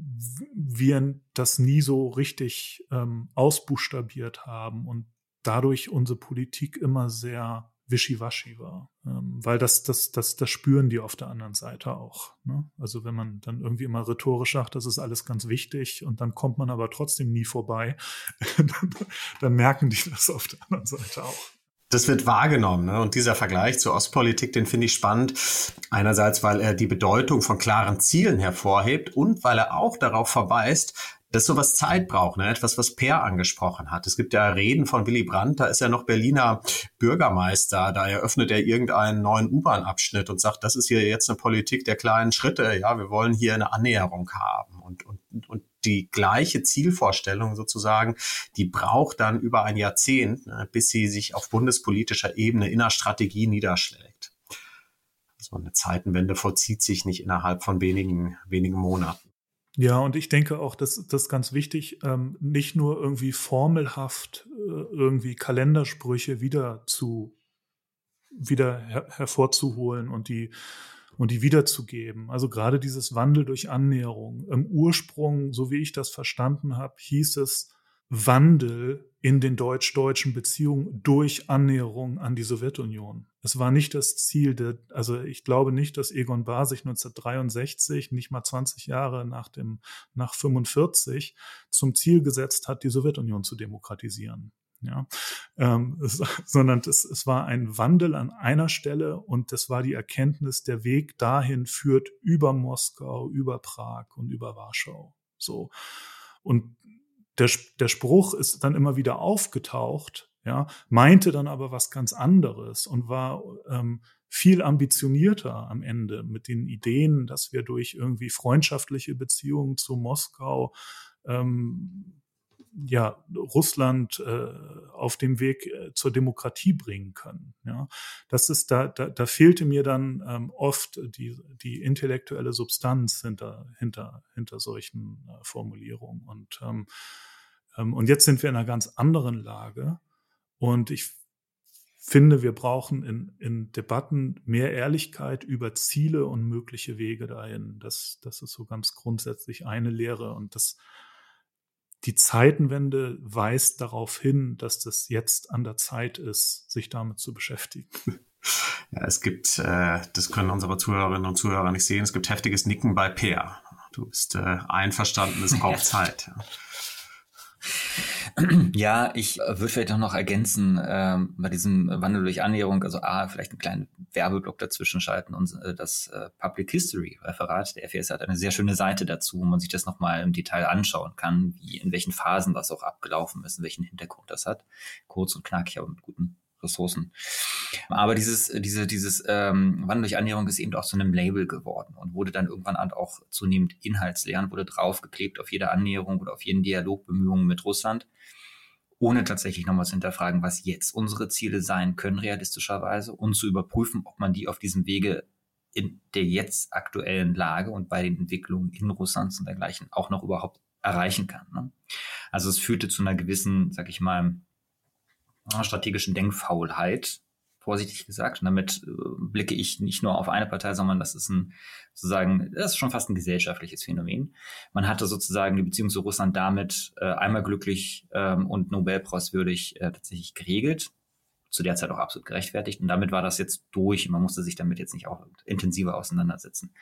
wir das nie so richtig ähm, ausbuchstabiert haben und dadurch unsere Politik immer sehr wischiwaschi war, ähm, weil das, das, das, das spüren die auf der anderen Seite auch. Ne? Also wenn man dann irgendwie immer rhetorisch sagt, das ist alles ganz wichtig und dann kommt man aber trotzdem nie vorbei, dann, dann merken die das auf der anderen Seite auch. Das wird wahrgenommen, ne? Und dieser Vergleich zur Ostpolitik, den finde ich spannend. Einerseits, weil er die Bedeutung von klaren Zielen hervorhebt und weil er auch darauf verweist, dass sowas Zeit braucht, ne? Etwas, was Per angesprochen hat. Es gibt ja Reden von Willy Brandt, da ist er noch Berliner Bürgermeister, da eröffnet er irgendeinen neuen U-Bahn-Abschnitt und sagt, das ist hier jetzt eine Politik der kleinen Schritte, ja, wir wollen hier eine Annäherung haben und, und, und die gleiche Zielvorstellung sozusagen, die braucht dann über ein Jahrzehnt, ne, bis sie sich auf bundespolitischer Ebene in einer Strategie niederschlägt. So eine Zeitenwende vollzieht sich nicht innerhalb von wenigen, wenigen Monaten. Ja, und ich denke auch, das, das ist ganz wichtig, ähm, nicht nur irgendwie formelhaft äh, irgendwie Kalendersprüche wieder zu wieder her- hervorzuholen und die und die wiederzugeben. Also gerade dieses Wandel durch Annäherung. Im Ursprung, so wie ich das verstanden habe, hieß es Wandel in den deutsch-deutschen Beziehungen durch Annäherung an die Sowjetunion. Es war nicht das Ziel, der, also ich glaube nicht, dass Egon Bahr sich neunzehnhundertdreiundsechzig, nicht mal zwanzig Jahre nach dem, nach fünfundvierzig, zum Ziel gesetzt hat, die Sowjetunion zu demokratisieren. Ja, ähm, es, sondern es, es war ein Wandel an einer Stelle und das war die Erkenntnis, der Weg dahin führt über Moskau, über Prag und über Warschau. So. Und der, der Spruch ist dann immer wieder aufgetaucht, ja, meinte dann aber was ganz anderes und war ähm, viel ambitionierter am Ende mit den Ideen, dass wir durch irgendwie freundschaftliche Beziehungen zu Moskau ähm, ja, Russland äh, auf dem Weg äh, zur Demokratie bringen können. Ja, das ist da, da, da fehlte mir dann ähm, oft die die intellektuelle Substanz hinter hinter hinter solchen äh, Formulierungen und ähm, ähm, und jetzt sind wir in einer ganz anderen Lage und ich finde, wir brauchen in in Debatten mehr Ehrlichkeit über Ziele und mögliche Wege dahin. Das das ist so ganz grundsätzlich eine Lehre und das Die Zeitenwende weist darauf hin, dass das jetzt an der Zeit ist, sich damit zu beschäftigen. Ja, es gibt, äh, das können unsere Zuhörerinnen und Zuhörer nicht sehen, es gibt heftiges Nicken bei Peer. Du bist äh, einverstanden, es braucht Zeit. Ja. Ja, ich würde vielleicht auch noch ergänzen, ähm, bei diesem Wandel durch Annäherung, also A, vielleicht einen kleinen Werbeblock dazwischen schalten und äh, das äh, Public History Referat der F E S hat eine sehr schöne Seite dazu, wo man sich das nochmal im Detail anschauen kann, wie in welchen Phasen das auch abgelaufen ist, in welchen Hintergrund das hat. Kurz und knackig, aber mit guten Ressourcen. Aber dieses, diese, dieses ähm, Wandel durch Annäherung ist eben auch zu einem Label geworden und wurde dann irgendwann auch zunehmend inhaltsleer und wurde draufgeklebt auf jede Annäherung oder auf jeden Dialogbemühungen mit Russland, ohne tatsächlich nochmal zu hinterfragen, was jetzt unsere Ziele sein können, realistischerweise, und zu überprüfen, ob man die auf diesem Wege in der jetzt aktuellen Lage und bei den Entwicklungen in Russland und dergleichen auch noch überhaupt erreichen kann. Ne? Also es führte zu einer gewissen, sag ich mal, strategischen Denkfaulheit, vorsichtig gesagt. Und damit äh, blicke ich nicht nur auf eine Partei, sondern das ist ein, sozusagen, das ist schon fast ein gesellschaftliches Phänomen. Man hatte sozusagen die Beziehung zu Russland damit äh, einmal glücklich ähm, und Nobelpreiswürdig äh, tatsächlich geregelt. Zu der Zeit auch absolut gerechtfertigt. Und damit war das jetzt durch. Man musste sich damit jetzt nicht auch intensiver auseinandersetzen.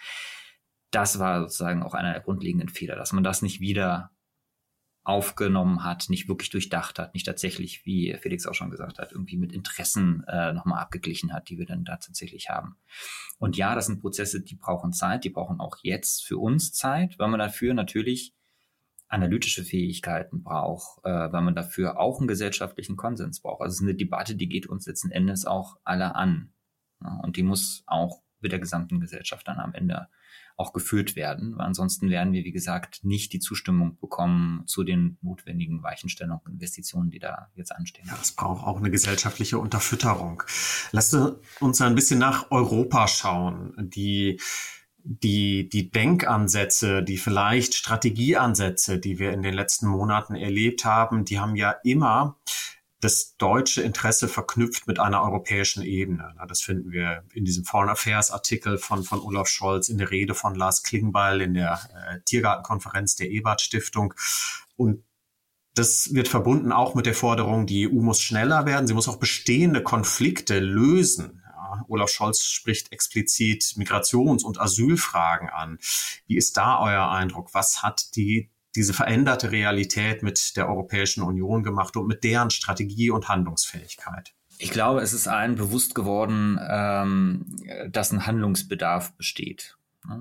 Das war sozusagen auch einer der grundlegenden Fehler, dass man das nicht wieder aufgenommen hat, nicht wirklich durchdacht hat, nicht tatsächlich, wie Felix auch schon gesagt hat, irgendwie mit Interessen äh, nochmal abgeglichen hat, die wir dann da tatsächlich haben. Und ja, das sind Prozesse, die brauchen Zeit, die brauchen auch jetzt für uns Zeit, weil man dafür natürlich analytische Fähigkeiten braucht, äh, weil man dafür auch einen gesellschaftlichen Konsens braucht. Also es ist eine Debatte, die geht uns letzten Endes auch alle an. Ja, und die muss auch mit der gesamten Gesellschaft dann am Ende auch geführt werden, weil ansonsten werden wir, wie gesagt, nicht die Zustimmung bekommen zu den notwendigen Weichenstellungen und Investitionen, die da jetzt anstehen. Ja, es braucht auch eine gesellschaftliche Unterfütterung. Lasst uns ein bisschen nach Europa schauen. Die, die, die Denkansätze, die vielleicht Strategieansätze, die wir in den letzten Monaten erlebt haben, die haben ja immer das deutsche Interesse verknüpft mit einer europäischen Ebene. Das finden wir in diesem Foreign Affairs Artikel von, von Olaf Scholz, in der Rede von Lars Klingbeil, in der äh, Tiergartenkonferenz der Ebert Stiftung. Und das wird verbunden auch mit der Forderung, die E U muss schneller werden. Sie muss auch bestehende Konflikte lösen. Ja, Olaf Scholz spricht explizit Migrations- und Asylfragen an. Wie ist da euer Eindruck? Was hat die diese veränderte Realität mit der Europäischen Union gemacht und mit deren Strategie und Handlungsfähigkeit? Ich glaube, es ist allen bewusst geworden, ähm, dass ein Handlungsbedarf besteht.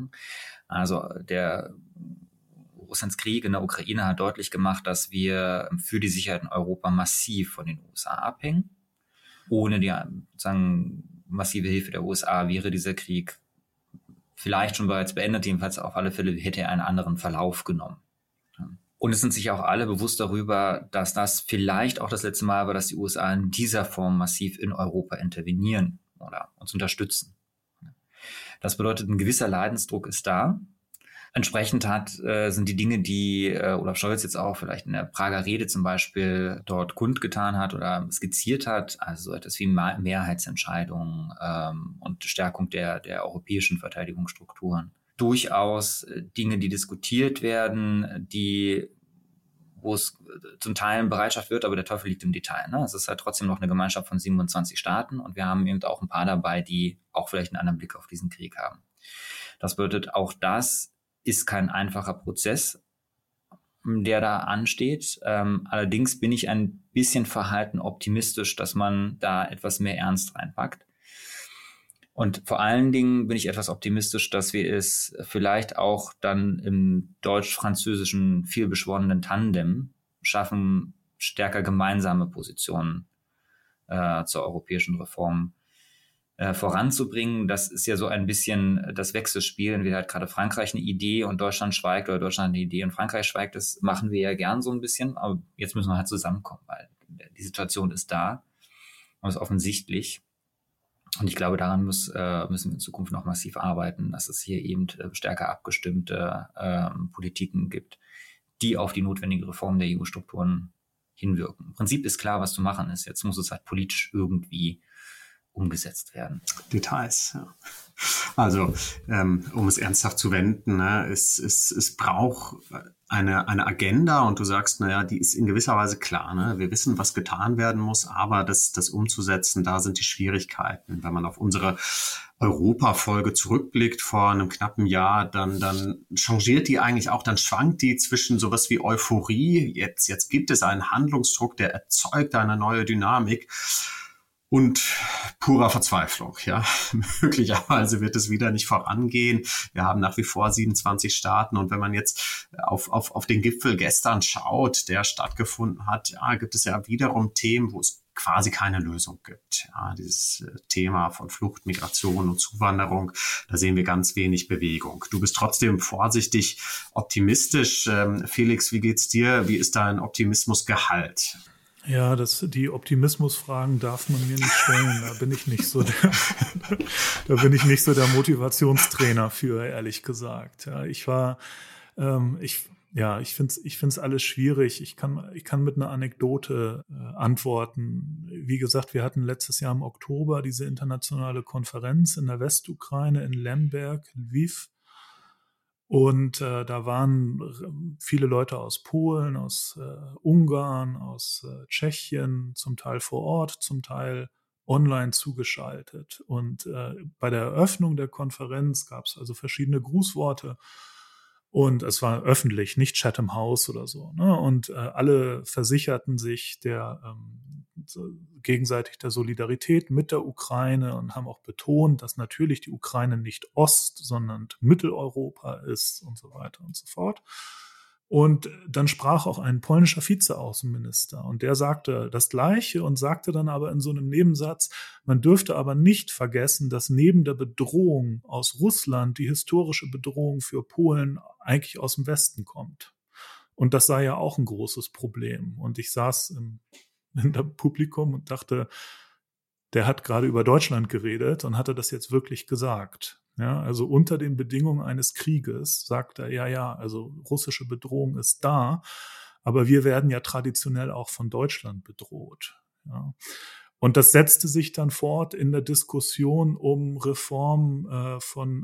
Also der Russlands Krieg in der Ukraine hat deutlich gemacht, dass wir für die Sicherheit in Europa massiv von den U S A abhängen. Ohne die sozusagen massive Hilfe der U S A wäre dieser Krieg vielleicht schon bereits beendet, jedenfalls auf alle Fälle hätte er einen anderen Verlauf genommen. Und es sind sich auch alle bewusst darüber, dass das vielleicht auch das letzte Mal war, dass die U S A in dieser Form massiv in Europa intervenieren oder uns unterstützen. Das bedeutet, ein gewisser Leidensdruck ist da. Entsprechend hat, äh, sind die Dinge, die äh, Olaf Scholz jetzt auch vielleicht in der Prager Rede zum Beispiel dort kundgetan hat oder skizziert hat, also so etwas wie Mehrheitsentscheidungen ähm, und Stärkung der, der europäischen Verteidigungsstrukturen. Durchaus Dinge, die diskutiert werden, die, wo es zum Teil eine Bereitschaft wird, aber der Teufel liegt im Detail. Ne? Es ist halt trotzdem noch eine Gemeinschaft von siebenundzwanzig Staaten und wir haben eben auch ein paar dabei, die auch vielleicht einen anderen Blick auf diesen Krieg haben. Das bedeutet, auch das ist kein einfacher Prozess, der da ansteht. Ähm, allerdings bin ich ein bisschen verhalten optimistisch, dass man da etwas mehr Ernst reinpackt. Und vor allen Dingen bin ich etwas optimistisch, dass wir es vielleicht auch dann im deutsch-französischen vielbeschworenen Tandem schaffen, stärker gemeinsame Positionen äh, zur europäischen Reform äh, voranzubringen. Das ist ja so ein bisschen das Wechselspiel. Entweder hat gerade Frankreich eine Idee und Deutschland schweigt oder Deutschland eine Idee und Frankreich schweigt. Das machen wir ja gern so ein bisschen. Aber jetzt müssen wir halt zusammenkommen, weil die Situation ist da und ist offensichtlich. Und ich glaube, daran muss, äh, müssen wir in Zukunft noch massiv arbeiten, dass es hier eben äh, stärker abgestimmte äh, Politiken gibt, die auf die notwendige Reform der E U-Strukturen hinwirken. Im Prinzip ist klar, was zu machen ist. Jetzt muss es halt politisch irgendwie umgesetzt werden. Details, ja. Also, ähm, um es ernsthaft zu wenden, ne, es, es, es braucht eine, eine Agenda und du sagst, naja, die ist in gewisser Weise klar. Ne? Wir wissen, was getan werden muss, aber das, das umzusetzen, da sind die Schwierigkeiten. Wenn man auf unsere Europa-Folge zurückblickt vor einem knappen Jahr, dann, dann changiert die eigentlich auch, dann schwankt die zwischen sowas wie Euphorie, jetzt, jetzt gibt es einen Handlungsdruck, der erzeugt eine neue Dynamik, und purer Verzweiflung, ja. Möglicherweise wird es wieder nicht vorangehen. Wir haben nach wie vor siebenundzwanzig Staaten und wenn man jetzt auf, auf, auf den Gipfel gestern schaut, der stattgefunden hat, ja, gibt es ja wiederum Themen, wo es quasi keine Lösung gibt. Ja, dieses Thema von Flucht, Migration und Zuwanderung, da sehen wir ganz wenig Bewegung. Du bist trotzdem vorsichtig optimistisch. Ähm, Felix, wie geht's dir? Wie ist dein Optimismusgehalt? Ja, das, die Optimismusfragen darf man mir nicht stellen. Da bin ich nicht so der, da bin ich nicht so der Motivationstrainer für, ehrlich gesagt. Ja, ich war, ähm, ich, ja, ich find's, ich find's alles schwierig. Ich kann, ich kann mit einer Anekdote äh, antworten. Wie gesagt, wir hatten letztes Jahr im Oktober diese internationale Konferenz in der Westukraine in Lemberg, Lviv. Und äh, da waren viele Leute aus Polen, aus äh, Ungarn, aus äh, Tschechien, zum Teil vor Ort, zum Teil online zugeschaltet. Und äh, bei der Eröffnung der Konferenz gab es also verschiedene Grußworte. Und es war öffentlich, nicht Chatham House oder so. Ne? Und äh, alle versicherten sich der ähm, so, gegenseitig der Solidarität mit der Ukraine und haben auch betont, dass natürlich die Ukraine nicht Ost, sondern Mitteleuropa ist und so weiter und so fort. Und dann sprach auch ein polnischer Vizeaußenminister und der sagte das Gleiche und sagte dann aber in so einem Nebensatz, man dürfte aber nicht vergessen, dass neben der Bedrohung aus Russland die historische Bedrohung für Polen eigentlich aus dem Westen kommt. Und das sei ja auch ein großes Problem. Und ich saß im, in dem Publikum und dachte, der hat gerade über Deutschland geredet und hatte das jetzt wirklich gesagt. Ja, also unter den Bedingungen eines Krieges sagt er, ja, ja, also russische Bedrohung ist da, aber wir werden ja traditionell auch von Deutschland bedroht. Ja. Und das setzte sich dann fort in der Diskussion um Reform äh, von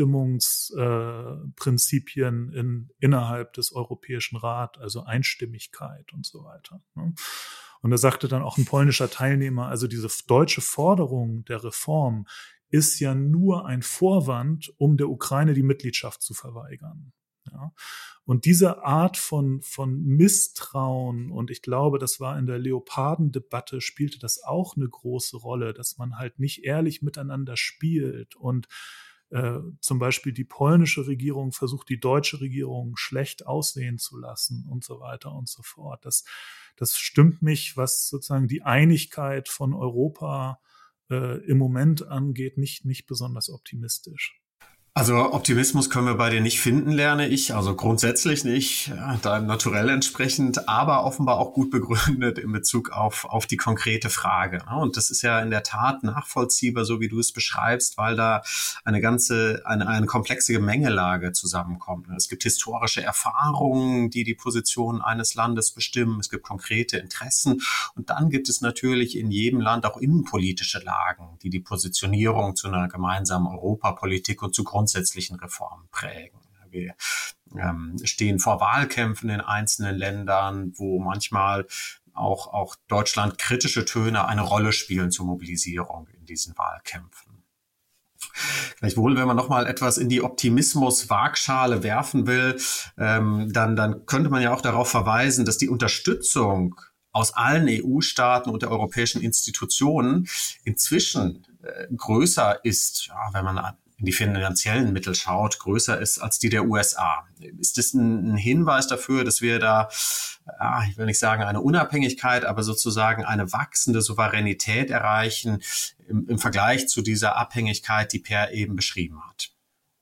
Abstimmungsprinzipien äh, in, innerhalb des Europäischen Rats, also Einstimmigkeit und so weiter. Ne. Und da sagte dann auch ein polnischer Teilnehmer, also diese deutsche Forderung der Reform ist ja nur ein Vorwand, um der Ukraine die Mitgliedschaft zu verweigern. Ja. Und diese Art von, von Misstrauen, und ich glaube, das war in der Leoparden-Debatte, spielte das auch eine große Rolle, dass man halt nicht ehrlich miteinander spielt und äh, zum Beispiel die polnische Regierung versucht, die deutsche Regierung schlecht aussehen zu lassen und so weiter und so fort. Das, das stimmt mich, was sozusagen die Einigkeit von Europa äh, im Moment angeht, nicht, nicht besonders optimistisch. Also Optimismus können wir bei dir nicht finden, lerne ich. Also grundsätzlich nicht, deinem Naturell entsprechend, aber offenbar auch gut begründet in Bezug auf, auf die konkrete Frage. Und das ist ja in der Tat nachvollziehbar, so wie du es beschreibst, weil da eine ganze, eine, eine komplexe Gemengelage zusammenkommt. Es gibt historische Erfahrungen, die die Position eines Landes bestimmen. Es gibt konkrete Interessen. Und dann gibt es natürlich in jedem Land auch innenpolitische Lagen, die die Positionierung zu einer gemeinsamen Europapolitik und zu grundsätzlichen Reformen prägen. Wir ähm, stehen vor Wahlkämpfen in einzelnen Ländern, wo manchmal auch, auch Deutschland kritische Töne eine Rolle spielen zur Mobilisierung in diesen Wahlkämpfen. Gleichwohl, wenn man nochmal etwas in die Optimismus-Waagschale werfen will, ähm, dann, dann könnte man ja auch darauf verweisen, dass die Unterstützung aus allen E U-Staaten und der europäischen Institutionen inzwischen äh, größer ist, ja, wenn man in die finanziellen Mittel schaut, größer ist als die der U S A. Ist das ein, ein Hinweis dafür, dass wir da, ja, ich will nicht sagen eine Unabhängigkeit, aber sozusagen eine wachsende Souveränität erreichen im, im Vergleich zu dieser Abhängigkeit, die Per eben beschrieben hat?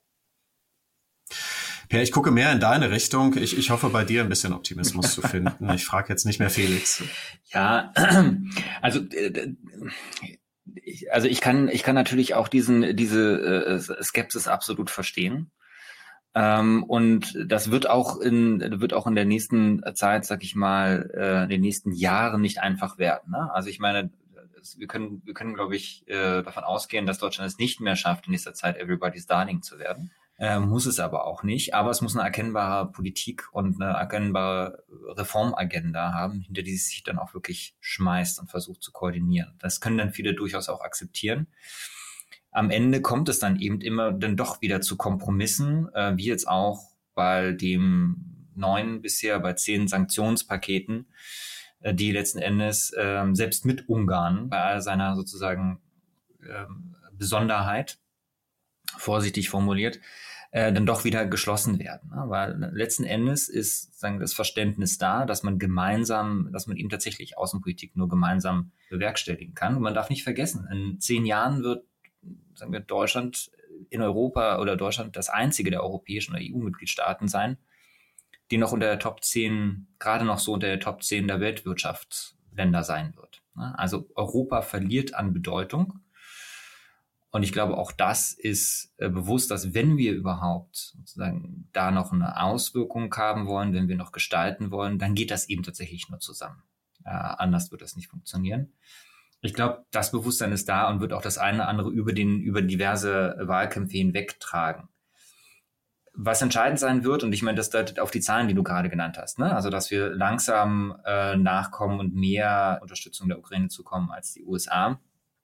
Per, ich gucke mehr in deine Richtung. Ich, ich hoffe, bei dir ein bisschen Optimismus zu finden. Ich frage jetzt nicht mehr Felix. Ja, also äh, Ich, also ich kann, ich kann natürlich auch diesen, diese äh, Skepsis absolut verstehen. Ähm, und das wird auch in, wird auch in der nächsten Zeit, sag ich mal, äh, in den nächsten Jahren nicht einfach werden. Ne? Also ich meine, wir können, wir können, glaube ich, äh, davon ausgehen, dass Deutschland es nicht mehr schafft, in nächster Zeit Everybody's Darling zu werden. Äh, muss es aber auch nicht. Aber es muss eine erkennbare Politik und eine erkennbare Reformagenda haben, hinter die es sich dann auch wirklich schmeißt und versucht zu koordinieren. Das können dann viele durchaus auch akzeptieren. Am Ende kommt es dann eben immer dann doch wieder zu Kompromissen, äh, wie jetzt auch bei dem neun bisher, bei zehn Sanktionspaketen, äh, die letzten Endes äh, selbst mit Ungarn bei all seiner sozusagen äh, Besonderheit, vorsichtig formuliert, äh, dann doch wieder geschlossen werden. Ne? Weil letzten Endes ist sagen, das Verständnis da, dass man gemeinsam, dass man eben tatsächlich Außenpolitik nur gemeinsam bewerkstelligen kann. Und man darf nicht vergessen, in zehn Jahren wird sagen wir, Deutschland in Europa oder Deutschland das einzige der europäischen oder E U-Mitgliedstaaten sein, die noch unter der Top zehn, gerade noch so unter der Top zehn der Weltwirtschaftsländer sein wird. Ne? Also Europa verliert an Bedeutung. Und ich glaube, auch das ist äh, bewusst, dass wenn wir überhaupt sozusagen da noch eine Auswirkung haben wollen, wenn wir noch gestalten wollen, dann geht das eben tatsächlich nur zusammen. Äh, anders wird das nicht funktionieren. Ich glaube, das Bewusstsein ist da und wird auch das eine oder andere über den, über diverse Wahlkämpfe hinwegtragen. Was entscheidend sein wird, und ich meine, das deutet auf die Zahlen, die du gerade genannt hast, ne? Also, dass wir langsam äh, nachkommen und mehr Unterstützung der Ukraine zukommen als die U S A.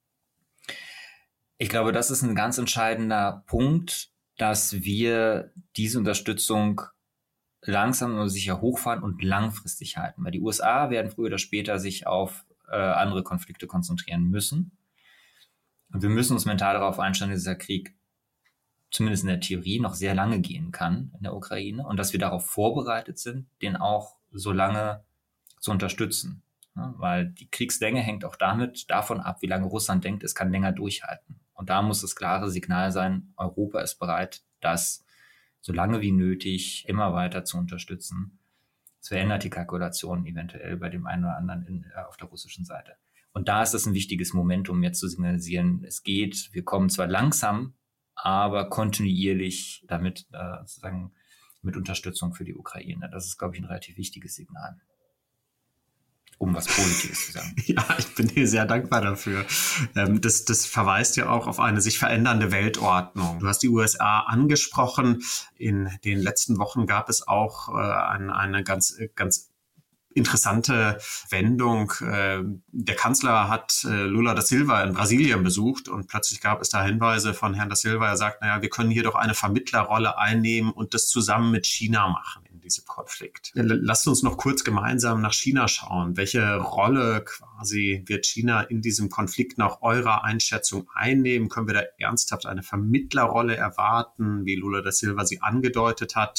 Ich glaube, das ist ein ganz entscheidender Punkt, dass wir diese Unterstützung langsam aber sicher hochfahren und langfristig halten. Weil die U S A werden früher oder später sich auf äh, andere Konflikte konzentrieren müssen. Und wir müssen uns mental darauf einstellen, dass dieser Krieg zumindest in der Theorie noch sehr lange gehen kann in der Ukraine und dass wir darauf vorbereitet sind, den auch so lange zu unterstützen. Ja, weil die Kriegslänge hängt auch damit davon ab, wie lange Russland denkt, es kann länger durchhalten. Und da muss das klare Signal sein, Europa ist bereit, das so lange wie nötig immer weiter zu unterstützen. Das verändert die Kalkulation eventuell bei dem einen oder anderen in, äh, auf der russischen Seite. Und da ist es ein wichtiges Momentum, jetzt zu signalisieren, es geht, wir kommen zwar langsam, aber kontinuierlich damit äh, sozusagen mit Unterstützung für die Ukraine. Das ist, glaube ich, ein relativ wichtiges Signal. Um was Positives zu sagen. Ja, ich bin dir sehr dankbar dafür. Das, das verweist ja auch auf eine sich verändernde Weltordnung. Du hast die U S A angesprochen. In den letzten Wochen gab es auch eine, eine ganz, ganz interessante Wendung. Der Kanzler hat Lula da Silva in Brasilien besucht und plötzlich gab es da Hinweise von Herrn da Silva. Er sagt, naja, wir können hier doch eine Vermittlerrolle einnehmen und das zusammen mit China machen in diesem Konflikt. Lasst uns noch kurz gemeinsam nach China schauen. Welche Rolle quasi wird China in diesem Konflikt nach eurer Einschätzung einnehmen? Können wir da ernsthaft eine Vermittlerrolle erwarten, wie Lula da Silva sie angedeutet hat?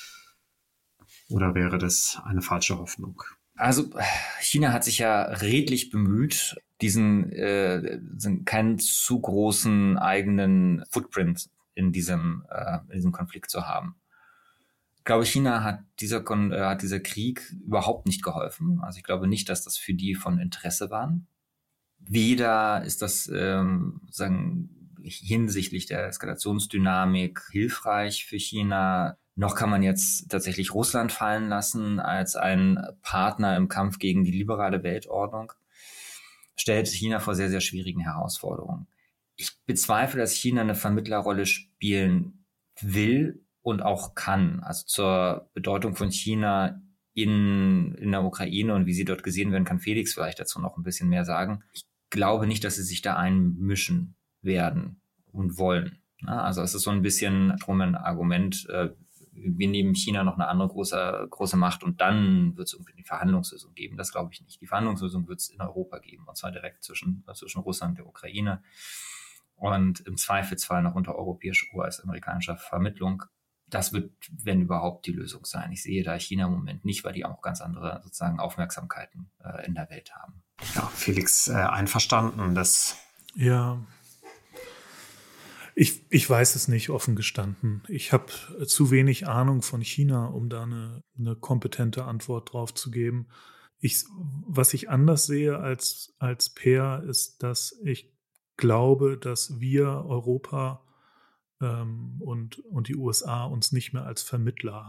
Oder wäre das eine falsche Hoffnung? Also China hat sich ja redlich bemüht, diesen äh, keinen zu großen eigenen Footprint in diesem äh, in diesem Konflikt zu haben. Ich glaube, China hat dieser Kon- äh, hat dieser Krieg überhaupt nicht geholfen. Also ich glaube nicht, dass das für die von Interesse waren. Weder ist das ähm, sagen hinsichtlich der Eskalationsdynamik hilfreich für China. Noch kann man jetzt tatsächlich Russland fallen lassen als ein Partner im Kampf gegen die liberale Weltordnung. Stellt China vor sehr, sehr schwierigen Herausforderungen. Ich bezweifle, dass China eine Vermittlerrolle spielen will und auch kann. Also zur Bedeutung von China in, in der Ukraine und wie sie dort gesehen werden, kann Felix vielleicht dazu noch ein bisschen mehr sagen. Ich glaube nicht, dass sie sich da einmischen werden und wollen. Also es ist so ein bisschen drum ein Argument, wir nehmen China noch eine andere große, große Macht und dann wird es irgendwie eine Verhandlungslösung geben. Das glaube ich nicht. Die Verhandlungslösung wird es in Europa geben, und zwar direkt zwischen, zwischen Russland und der Ukraine und im Zweifelsfall noch unter europäischer, U S-amerikanischer Vermittlung. Das wird, wenn überhaupt, die Lösung sein. Ich sehe da China im Moment nicht, weil die auch ganz andere sozusagen Aufmerksamkeiten äh, in der Welt haben. Ja, Felix, äh, einverstanden, dass... Ja, Ich, ich weiß es nicht, offen gestanden. Ich habe zu wenig Ahnung von China, um da eine, eine kompetente Antwort drauf zu geben. Ich, was ich anders sehe als, als Peer, ist, dass ich glaube, dass wir Europa ähm, und, und die U S A uns nicht mehr als Vermittler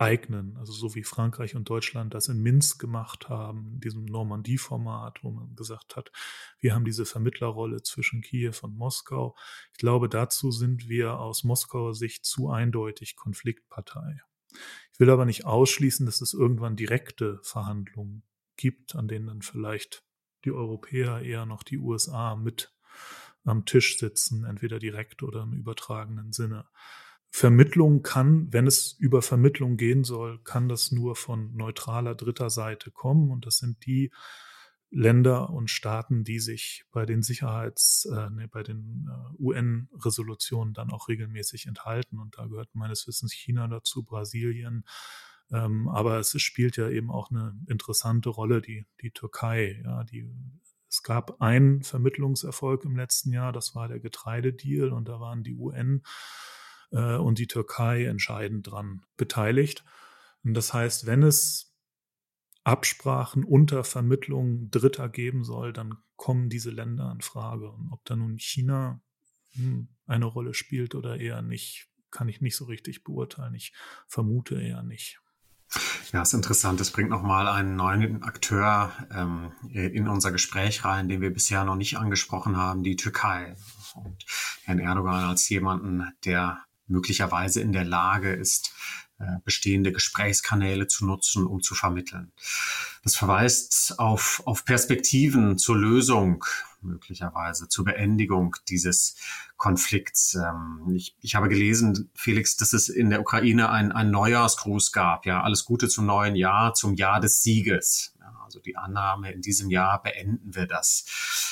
eignen, also so wie Frankreich und Deutschland das in Minsk gemacht haben, in diesem Normandie-Format, wo man gesagt hat, wir haben diese Vermittlerrolle zwischen Kiew und Moskau. Ich glaube, dazu sind wir aus Moskauer Sicht zu eindeutig Konfliktpartei. Ich will aber nicht ausschließen, dass es irgendwann direkte Verhandlungen gibt, an denen dann vielleicht die Europäer eher noch die U S A mit am Tisch sitzen, entweder direkt oder im übertragenen Sinne. Vermittlung kann, wenn es über Vermittlung gehen soll, kann das nur von neutraler dritter Seite kommen. Und das sind die Länder und Staaten, die sich bei den Sicherheits-, äh, nee, bei den äh, U N-Resolutionen dann auch regelmäßig enthalten. Und da gehört meines Wissens China dazu, Brasilien. Ähm, aber es spielt ja eben auch eine interessante Rolle, die, die Türkei. Ja, die, es gab einen Vermittlungserfolg im letzten Jahr, das war der Getreidedeal. Und da waren die U N und die Türkei entscheidend dran beteiligt. Und das heißt, wenn es Absprachen unter Vermittlung Dritter geben soll, dann kommen diese Länder in Frage. Und ob da nun China hm, eine Rolle spielt oder eher nicht, kann ich nicht so richtig beurteilen. Ich vermute eher nicht. Ja, ist interessant. Das bringt nochmal einen neuen Akteur ähm, in unser Gespräch rein, den wir bisher noch nicht angesprochen haben, die Türkei. Und Herrn Erdogan als jemanden, der möglicherweise in der Lage ist, bestehende Gesprächskanäle zu nutzen, um zu vermitteln. Das verweist auf, auf Perspektiven zur Lösung, möglicherweise zur Beendigung dieses Konflikts. Ich, ich habe gelesen, Felix, dass es in der Ukraine ein, ein Neujahrsgruß gab. Ja, alles Gute zum neuen Jahr, zum Jahr des Sieges. Ja, also die Annahme, in diesem Jahr beenden wir das.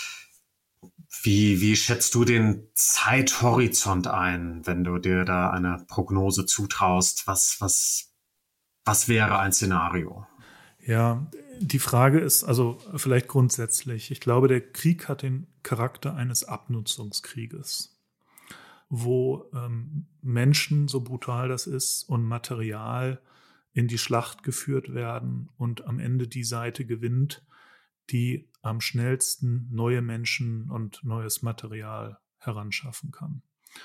Wie, wie schätzt du den Zeithorizont ein, wenn du dir da eine Prognose zutraust? Was, was, was wäre ein Szenario? Ja, die Frage ist also vielleicht grundsätzlich. Ich glaube, der Krieg hat den Charakter eines Abnutzungskrieges, wo ähm, Menschen, so brutal das ist, und Material in die Schlacht geführt werden und am Ende die Seite gewinnt, die am schnellsten neue Menschen und neues Material heranschaffen kann.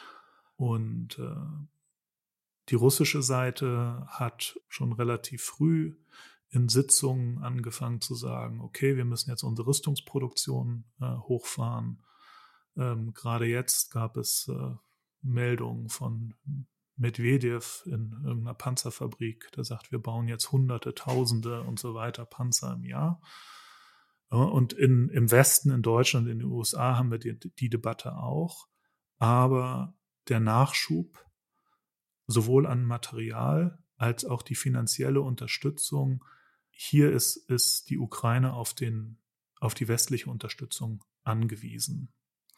Und äh, die russische Seite hat schon relativ früh in Sitzungen angefangen zu sagen, okay, wir müssen jetzt unsere Rüstungsproduktion äh, hochfahren. Ähm, gerade jetzt gab es äh, Meldungen von Medvedev in irgendeiner Panzerfabrik, der sagt, wir bauen jetzt Hunderte, Tausende und so weiter Panzer im Jahr. Und in, im Westen, in Deutschland, in den U S A haben wir die, die Debatte auch. Aber der Nachschub, sowohl an Material als auch die finanzielle Unterstützung, hier ist, ist die Ukraine auf, den, auf die westliche Unterstützung angewiesen.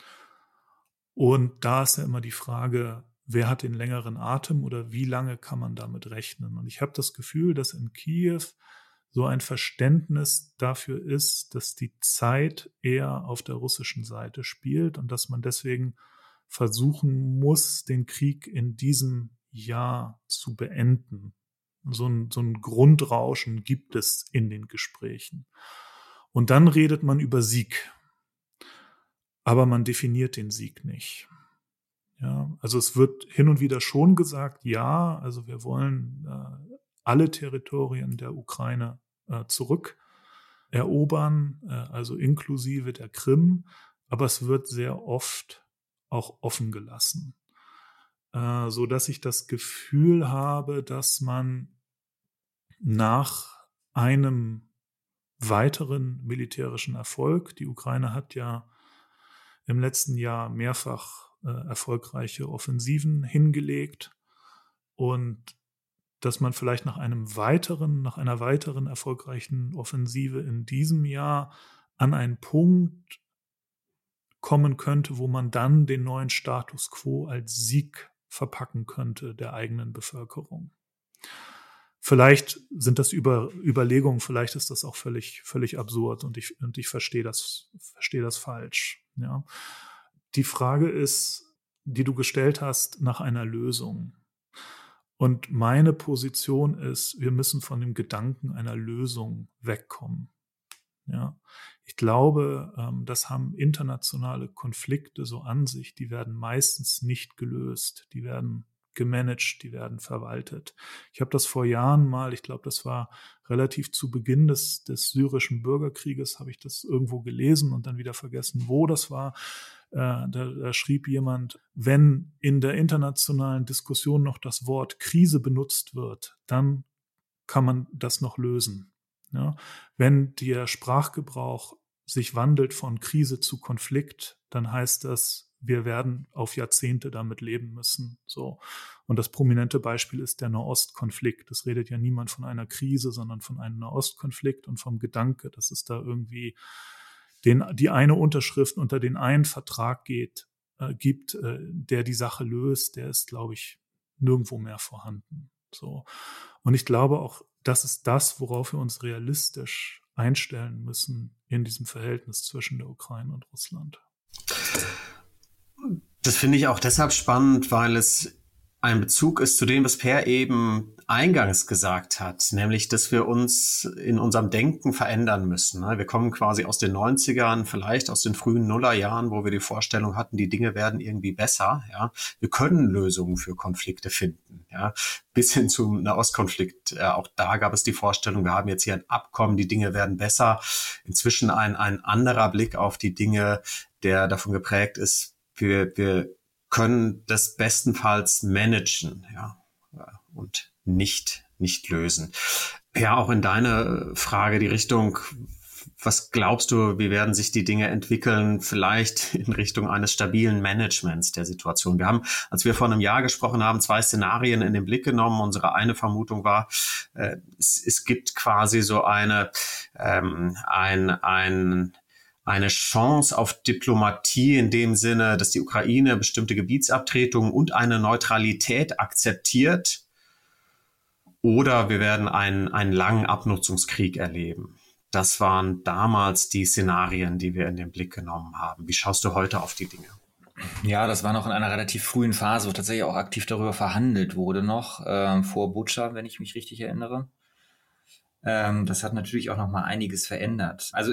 Und da ist ja immer die Frage, wer hat den längeren Atem oder wie lange kann man damit rechnen? Und ich habe das Gefühl, dass in Kiew so ein Verständnis dafür ist, dass die Zeit eher auf der russischen Seite spielt und dass man deswegen versuchen muss, den Krieg in diesem Jahr zu beenden. So ein, so ein Grundrauschen gibt es in den Gesprächen. Und dann redet man über Sieg. Aber man definiert den Sieg nicht. Ja, also es wird hin und wieder schon gesagt, ja, also wir wollen äh, alle Territorien der Ukraine äh, zurück erobern, äh, also inklusive der Krim, aber es wird sehr oft auch offen gelassen, äh, so dass ich das Gefühl habe, dass man nach einem weiteren militärischen Erfolg, die Ukraine hat ja im letzten Jahr mehrfach äh, erfolgreiche Offensiven hingelegt und dass man vielleicht nach einem weiteren, nach einer weiteren erfolgreichen Offensive in diesem Jahr an einen Punkt kommen könnte, wo man dann den neuen Status quo als Sieg verpacken könnte der eigenen Bevölkerung. Vielleicht sind das Über, Überlegungen, vielleicht ist das auch völlig, völlig absurd und ich, und ich verstehe das, verstehe das falsch. Ja. Die Frage ist, die du gestellt hast, nach einer Lösung. Und meine Position ist, wir müssen von dem Gedanken einer Lösung wegkommen. Ja. Ich glaube, das haben internationale Konflikte so an sich, die werden meistens nicht gelöst. Die werden gemanagt, die werden verwaltet. Ich habe das vor Jahren mal, ich glaube, das war relativ zu Beginn des, des syrischen Bürgerkrieges, habe ich das irgendwo gelesen und dann wieder vergessen, wo das war. Äh, da, da schrieb jemand, wenn in der internationalen Diskussion noch das Wort Krise benutzt wird, dann kann man das noch lösen. Ja? Wenn der Sprachgebrauch sich wandelt von Krise zu Konflikt, dann heißt das, wir werden auf Jahrzehnte damit leben müssen. So. Und das prominente Beispiel ist der Nahostkonflikt. Es redet ja niemand von einer Krise, sondern von einem Nahostkonflikt und vom Gedanke, dass es da irgendwie den, die eine Unterschrift unter den einen Vertrag geht, äh, gibt, äh, der die Sache löst, der ist, glaube ich, nirgendwo mehr vorhanden. So. Und ich glaube auch, das ist das, worauf wir uns realistisch einstellen müssen in diesem Verhältnis zwischen der Ukraine und Russland. Das finde ich auch deshalb spannend, weil es ein Bezug ist zu dem, was Per eben eingangs gesagt hat, nämlich, dass wir uns in unserem Denken verändern müssen. Wir kommen quasi aus den neunzigern, vielleicht aus den frühen Nullerjahren, wo wir die Vorstellung hatten, die Dinge werden irgendwie besser. Ja, wir können Lösungen für Konflikte finden. Ja, bis hin zum Nahostkonflikt. Auch da gab es die Vorstellung, wir haben jetzt hier ein Abkommen, die Dinge werden besser. Inzwischen ein, ein anderer Blick auf die Dinge, der davon geprägt ist, wir, wir können das bestenfalls managen, ja, und nicht, nicht lösen. Ja, auch in deine Frage die Richtung, was glaubst du, wie werden sich die Dinge entwickeln, vielleicht in Richtung eines stabilen Managements der Situation? Wir haben, als wir vor einem Jahr gesprochen haben, zwei Szenarien in den Blick genommen. Unsere eine Vermutung war, äh, es, es gibt quasi so eine, ähm, ein, ein, eine Chance auf Diplomatie in dem Sinne, dass die Ukraine bestimmte Gebietsabtretungen und eine Neutralität akzeptiert, oder wir werden einen, einen langen Abnutzungskrieg erleben. Das waren damals die Szenarien, die wir in den Blick genommen haben. Wie schaust du heute auf die Dinge? Ja, das war noch in einer relativ frühen Phase, wo tatsächlich auch aktiv darüber verhandelt wurde noch, äh, vor Butscha, wenn ich mich richtig erinnere. Ähm, das hat natürlich auch noch mal einiges verändert. Also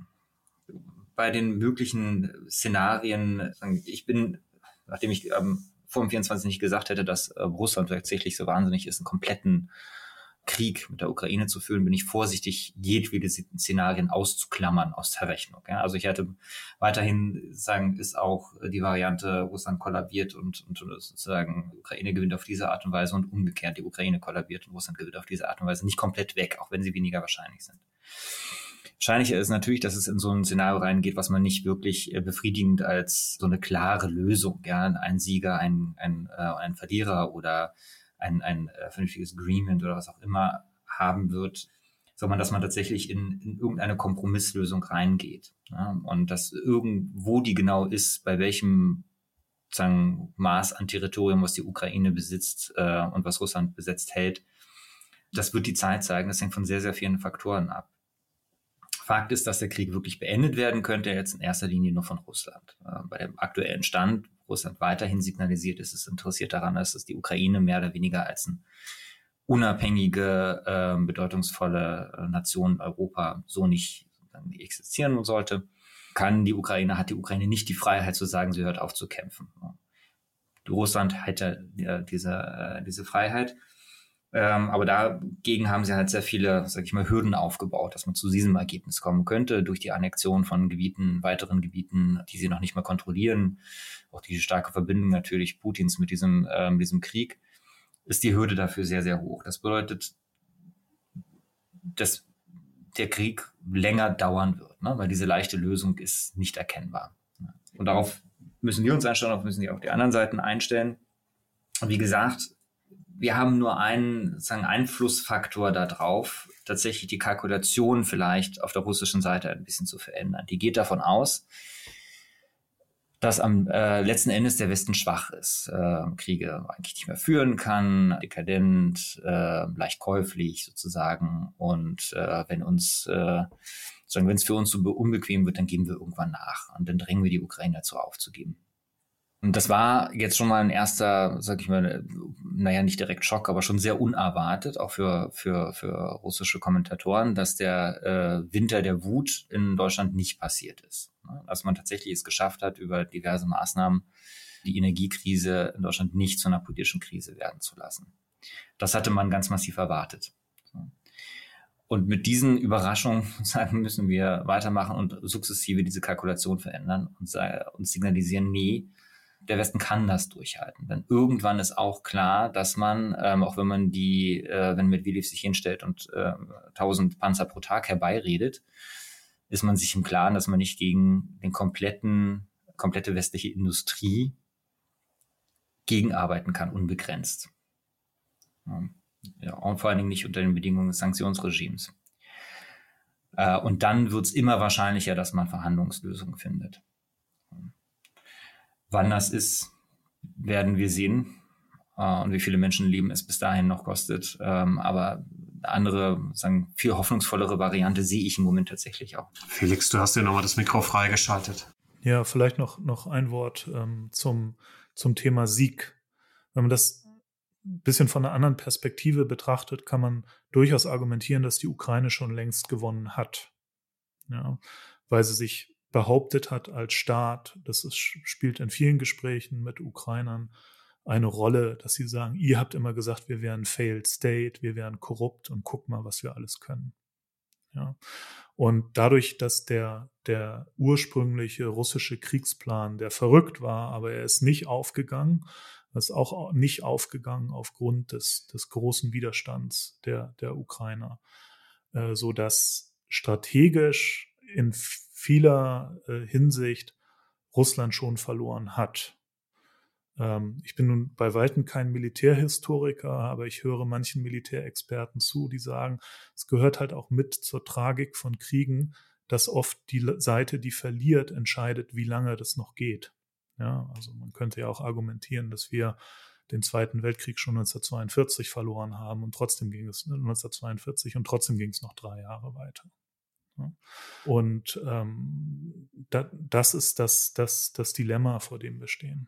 bei den möglichen Szenarien, ich bin, nachdem ich ähm, vor dem vierundzwanzigsten nicht gesagt hätte, dass äh, Russland tatsächlich so wahnsinnig ist, einen kompletten Krieg mit der Ukraine zu führen, bin ich vorsichtig, jedwede Szenarien auszuklammern aus der Rechnung. Ja? Also ich hätte weiterhin sagen, ist auch die Variante, Russland kollabiert und, und sozusagen die Ukraine gewinnt auf diese Art und Weise und umgekehrt, die Ukraine kollabiert und Russland gewinnt auf diese Art und Weise nicht komplett weg, auch wenn sie weniger wahrscheinlich sind. Wahrscheinlicher ist natürlich, dass es in so ein Szenario reingeht, was man nicht wirklich äh, befriedigend als so eine klare Lösung, ja, ein Sieger, ein, ein, äh, ein Verlierer oder ein, ein äh, vernünftiges Agreement oder was auch immer haben wird, sondern dass man tatsächlich in, in irgendeine Kompromisslösung reingeht. Ja, und dass irgendwo die genau ist, bei welchem sozusagen Maß an Territorium, was die Ukraine besitzt äh, und was Russland besetzt hält, das wird die Zeit zeigen. Das hängt von sehr, sehr vielen Faktoren ab. Fakt ist, dass der Krieg wirklich beendet werden könnte, jetzt in erster Linie nur von Russland. Äh, bei dem aktuellen Stand, Russland weiterhin signalisiert, ist es interessiert daran, dass es die Ukraine mehr oder weniger als eine unabhängige, äh, bedeutungsvolle äh, Nation Europa so nicht existieren sollte. Kann die Ukraine, hat die Ukraine nicht die Freiheit zu sagen, sie hört auf zu kämpfen. Russland hätte äh, diese, äh, diese Freiheit. Ähm, aber dagegen haben sie halt sehr viele, sag ich mal, Hürden aufgebaut, dass man zu diesem Ergebnis kommen könnte, durch die Annexion von Gebieten, weiteren Gebieten, die sie noch nicht mehr kontrollieren. Auch die starke Verbindung natürlich Putins mit diesem, ähm, diesem Krieg, ist die Hürde dafür sehr, sehr hoch. Das bedeutet, dass der Krieg länger dauern wird, ne? Weil diese leichte Lösung ist nicht erkennbar. Und darauf müssen wir uns einstellen, darauf müssen sich auch die anderen Seiten einstellen. Und wie gesagt, wir haben nur einen sozusagen Einflussfaktor darauf, tatsächlich die Kalkulation vielleicht auf der russischen Seite ein bisschen zu verändern. Die geht davon aus, dass am äh, letzten Endes der Westen schwach ist, äh, Kriege eigentlich nicht mehr führen kann, dekadent, äh, leicht käuflich sozusagen. Und äh, wenn uns, äh, wenn es für uns so unbequem wird, dann geben wir irgendwann nach und dann drängen wir die Ukraine dazu aufzugeben. Und das war jetzt schon mal ein erster, sag ich mal, naja, nicht direkt Schock, aber schon sehr unerwartet, auch für, für, für russische Kommentatoren, dass der äh, Winter der Wut in Deutschland nicht passiert ist. Dass man tatsächlich es geschafft hat, über diverse Maßnahmen die Energiekrise in Deutschland nicht zu einer politischen Krise werden zu lassen. Das hatte man ganz massiv erwartet. Und mit diesen Überraschungen sagen, müssen wir weitermachen und sukzessive diese Kalkulation verändern und, und signalisieren, nee, der Westen kann das durchhalten. Denn irgendwann ist auch klar, dass man, ähm, auch wenn man die, äh, wenn Medvedev sich hinstellt und äh, tausend Panzer pro Tag herbeiredet, ist man sich im Klaren, dass man nicht gegen den kompletten, komplette westliche Industrie gegenarbeiten kann, unbegrenzt. Ja. Ja, und vor allen Dingen nicht unter den Bedingungen des Sanktionsregimes. Äh, und dann wird es immer wahrscheinlicher, dass man Verhandlungslösungen findet. Wann das ist, werden wir sehen. Äh, und wie viele Menschenleben es bis dahin noch kostet. Ähm, aber eine andere, sagen, viel hoffnungsvollere Variante sehe ich im Moment tatsächlich auch. Felix, du hast dir nochmal das Mikro freigeschaltet. Ja, vielleicht noch, noch ein Wort ähm, zum, zum Thema Sieg. Wenn man das ein bisschen von einer anderen Perspektive betrachtet, kann man durchaus argumentieren, dass die Ukraine schon längst gewonnen hat. Ja, weil sie sich behauptet hat als Staat. Das ist, spielt in vielen Gesprächen mit Ukrainern eine Rolle, dass sie sagen, ihr habt immer gesagt, wir wären failed state, wir wären korrupt und guck mal, was wir alles können. Ja. Und dadurch, dass der, der ursprüngliche russische Kriegsplan, der verrückt war, aber er ist nicht aufgegangen, ist auch nicht aufgegangen aufgrund des, des großen Widerstands der, der Ukrainer, äh, so dass strategisch in vieler äh, Hinsicht Russland schon verloren hat. Ähm, ich bin nun bei weitem kein Militärhistoriker, aber ich höre manchen Militärexperten zu, die sagen, es gehört halt auch mit zur Tragik von Kriegen, dass oft die Seite, die verliert, entscheidet, wie lange das noch geht. Ja, also man könnte ja auch argumentieren, dass wir den Zweiten Weltkrieg schon neunzehnhundertzweiundvierzig verloren haben und trotzdem ging es neunzehnhundertzweiundvierzig und trotzdem ging es noch drei Jahre weiter. Ja. Und ähm, da, das ist das, das, das Dilemma, vor dem wir stehen.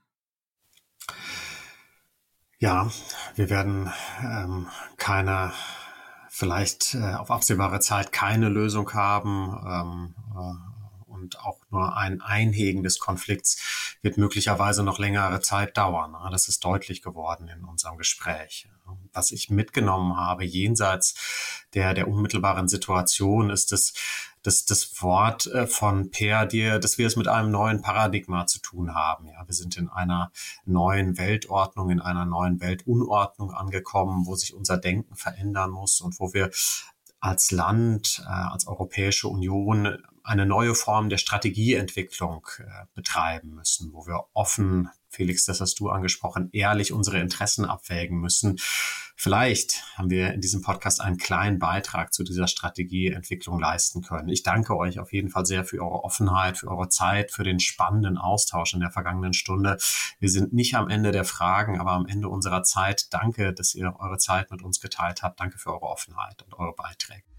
Ja, wir werden ähm, keine, vielleicht äh, auf absehbare Zeit keine Lösung haben. Ähm, äh, und auch nur ein Einhegen des Konflikts wird möglicherweise noch längere Zeit dauern. Das ist deutlich geworden in unserem Gespräch. Was ich mitgenommen habe, jenseits der, der unmittelbaren Situation, ist das, das, das Wort von Per, dir, dass wir es mit einem neuen Paradigma zu tun haben. Ja, wir sind in einer neuen Weltordnung, in einer neuen Weltunordnung angekommen, wo sich unser Denken verändern muss und wo wir als Land, äh, als Europäische Union eine neue Form der Strategieentwicklung äh, betreiben müssen, wo wir offen, Felix, das hast du angesprochen, ehrlich unsere Interessen abwägen müssen. Vielleicht haben wir in diesem Podcast einen kleinen Beitrag zu dieser Strategieentwicklung leisten können. Ich danke euch auf jeden Fall sehr für eure Offenheit, für eure Zeit, für den spannenden Austausch in der vergangenen Stunde. Wir sind nicht am Ende der Fragen, aber am Ende unserer Zeit. Danke, dass ihr eure Zeit mit uns geteilt habt. Danke für eure Offenheit und eure Beiträge.